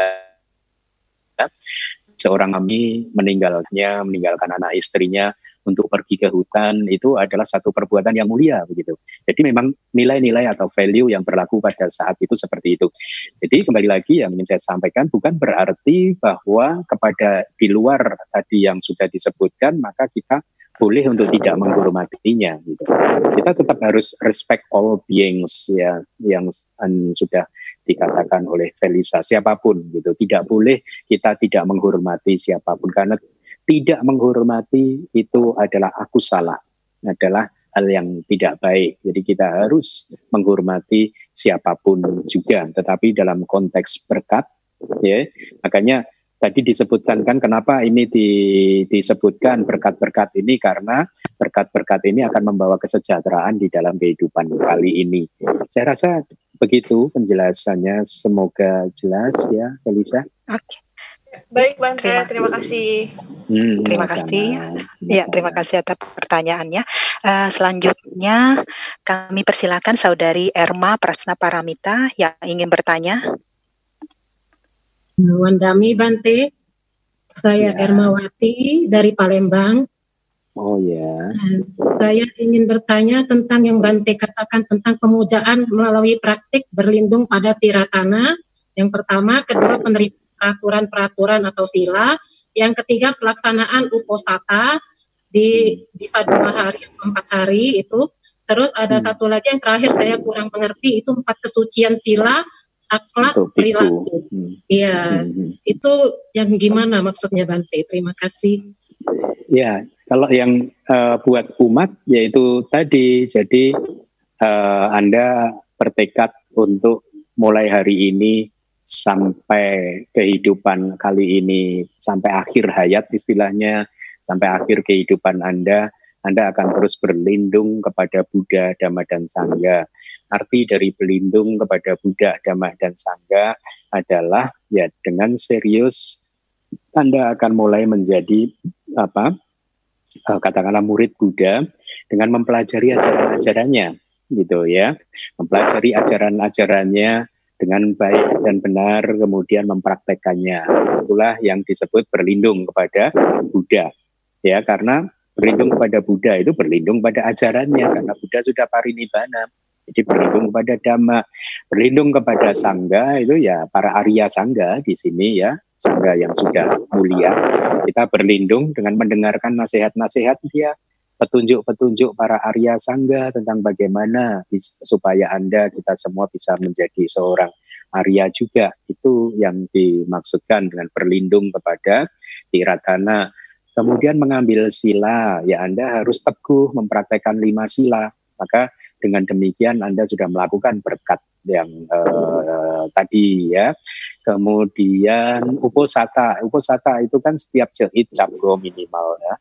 seorang kami meninggalkan anak istrinya untuk pergi ke hutan, itu adalah satu perbuatan yang mulia begitu. Jadi memang nilai-nilai atau value yang berlaku pada saat itu seperti itu. Jadi kembali lagi yang ingin saya sampaikan, bukan berarti bahwa kepada di luar tadi yang sudah disebutkan maka kita boleh untuk tidak menghormatinya gitu. Kita tetap harus respect all beings ya, yang sudah dikatakan oleh Felisa, siapapun gitu. Tidak boleh kita tidak menghormati siapapun, karena tidak menghormati itu adalah aku salah, adalah hal yang tidak baik. Jadi kita harus menghormati siapapun juga, tetapi dalam konteks berkat ya. Makanya tadi disebutkan kan kenapa ini disebutkan berkat-berkat ini, karena berkat-berkat ini akan membawa kesejahteraan di dalam kehidupan kali ini. Saya rasa begitu penjelasannya, semoga jelas ya, Felisa. Oke. Baik, Bante, terima kasih. Terima kasih. Ya, terima kasih atas pertanyaannya. Selanjutnya kami persilakan Saudari Erma Prasna Paramita yang ingin bertanya. Wandami Bante, saya Ermawati dari Palembang. Oh ya. Saya ingin bertanya tentang yang Bante katakan tentang pemujaan melalui praktik berlindung pada tiratana. Yang pertama, kedua penerimaan peraturan-peraturan atau sila. Yang ketiga, pelaksanaan uposatha bisa 2 hari atau 4 hari itu. Terus ada satu lagi yang terakhir saya kurang mengerti, itu 4 kesucian sila, akhlak, perilaku. Iya, itu yang gimana maksudnya Bante? Terima kasih. Ya, kalau yang buat umat yaitu tadi, jadi Anda bertekad untuk mulai hari ini sampai kehidupan kali ini, sampai akhir hayat istilahnya, sampai akhir kehidupan Anda Anda akan terus berlindung kepada Buddha, Dhamma, dan Sangha. Arti dari berlindung kepada Buddha, Dhamma, dan Sangha adalah ya dengan serius Anda akan mulai menjadi katakanlah murid Buddha dengan mempelajari ajaran-ajarannya, gitu ya, mempelajari ajaran-ajarannya dengan baik dan benar, kemudian mempraktekannya. Itulah yang disebut berlindung kepada Buddha. Ya, karena berlindung kepada Buddha itu berlindung pada ajarannya, karena Buddha sudah parinibbana. Jadi berlindung kepada Dhamma, berlindung kepada Sangha itu ya para Arya Sangha di sini ya, Sangha yang sudah mulia. Kita berlindung dengan mendengarkan nasihat-nasihat dia, petunjuk-petunjuk para Arya Sangha tentang bagaimana supaya Anda, kita semua bisa menjadi seorang Arya juga. Itu yang dimaksudkan dengan berlindung kepada Tiratana. Kemudian mengambil sila, ya Anda harus teguh mempraktekkan 5 sila. Maka dengan demikian Anda sudah melakukan berkat yang tadi ya. Kemudian uposatha itu kan setiap jilid cabro minimal ya.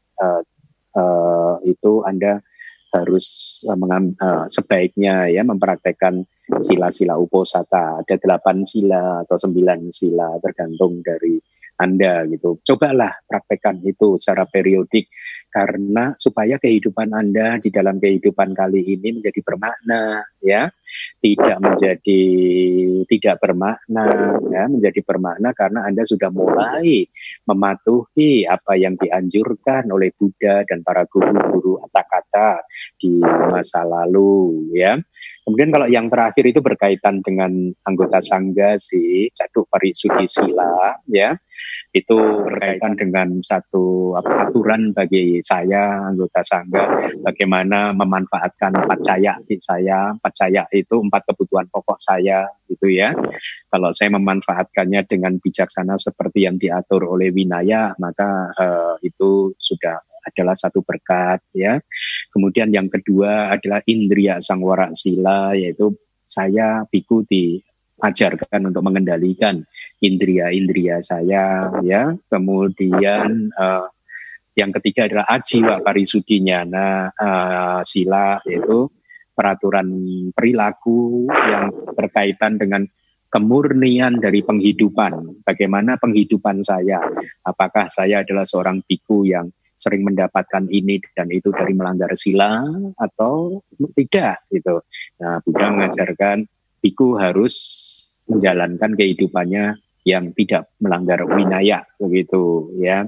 Itu Anda harus sebaiknya ya mempraktekkan sila-sila uposatha. Ada 8 sila atau 9 sila tergantung dari Anda gitu. Cobalah praktekkan itu secara periodik karena supaya kehidupan Anda di dalam kehidupan kali ini menjadi bermakna ya. Tidak menjadi tidak bermakna ya, menjadi bermakna karena Anda sudah mulai mematuhi apa yang dianjurkan oleh Buddha dan para guru-guru Atthakatha di masa lalu ya. Kemudian kalau yang terakhir itu berkaitan dengan anggota Sangha sih, Catukparisuddhi Sila ya. Itu berkaitan dengan satu aturan bagi saya anggota Sangha bagaimana memanfaatkan pacaya saya. Pacaya itu 4 kebutuhan pokok saya gitu ya. Kalau saya memanfaatkannya dengan bijaksana seperti yang diatur oleh Vinaya, maka itu sudah adalah satu berkat ya. Kemudian yang kedua adalah Indriya Sangwara Sila, yaitu saya biku diajarkan untuk mengendalikan indriya-indriya saya ya. Kemudian yang ketiga adalah Ajiwa Parisuddhi Nyana Sila, yaitu peraturan perilaku yang berkaitan dengan kemurnian dari penghidupan. Bagaimana penghidupan saya? Apakah saya adalah seorang biku yang sering mendapatkan ini dan itu dari melanggar sila atau tidak gitu. Nah, Buddha mengajarkan biku harus menjalankan kehidupannya yang tidak melanggar winaya begitu ya.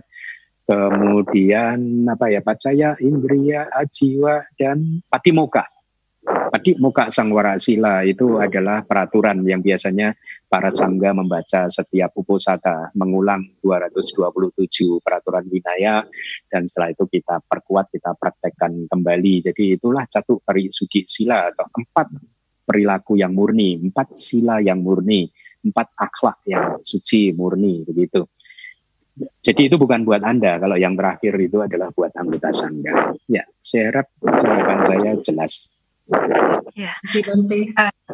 Kemudian pacaya, indriya, ajiwa, dan patimokkha. Patimokkha Sangwara Sila itu adalah peraturan yang biasanya para sangga membaca setiap uposatha, mengulang 227 peraturan winaya, dan setelah itu kita perkuat, kita praktekkan kembali. Jadi itulah Catukparisuddhi Sila atau 4 perilaku yang murni, 4 sila yang murni, 4 akhlak yang suci murni begitu. Jadi itu bukan buat Anda, kalau yang terakhir itu adalah buat anggota sangga. Ya, saya harap jawaban saya jelas. Ya. Terima kasih, Bante.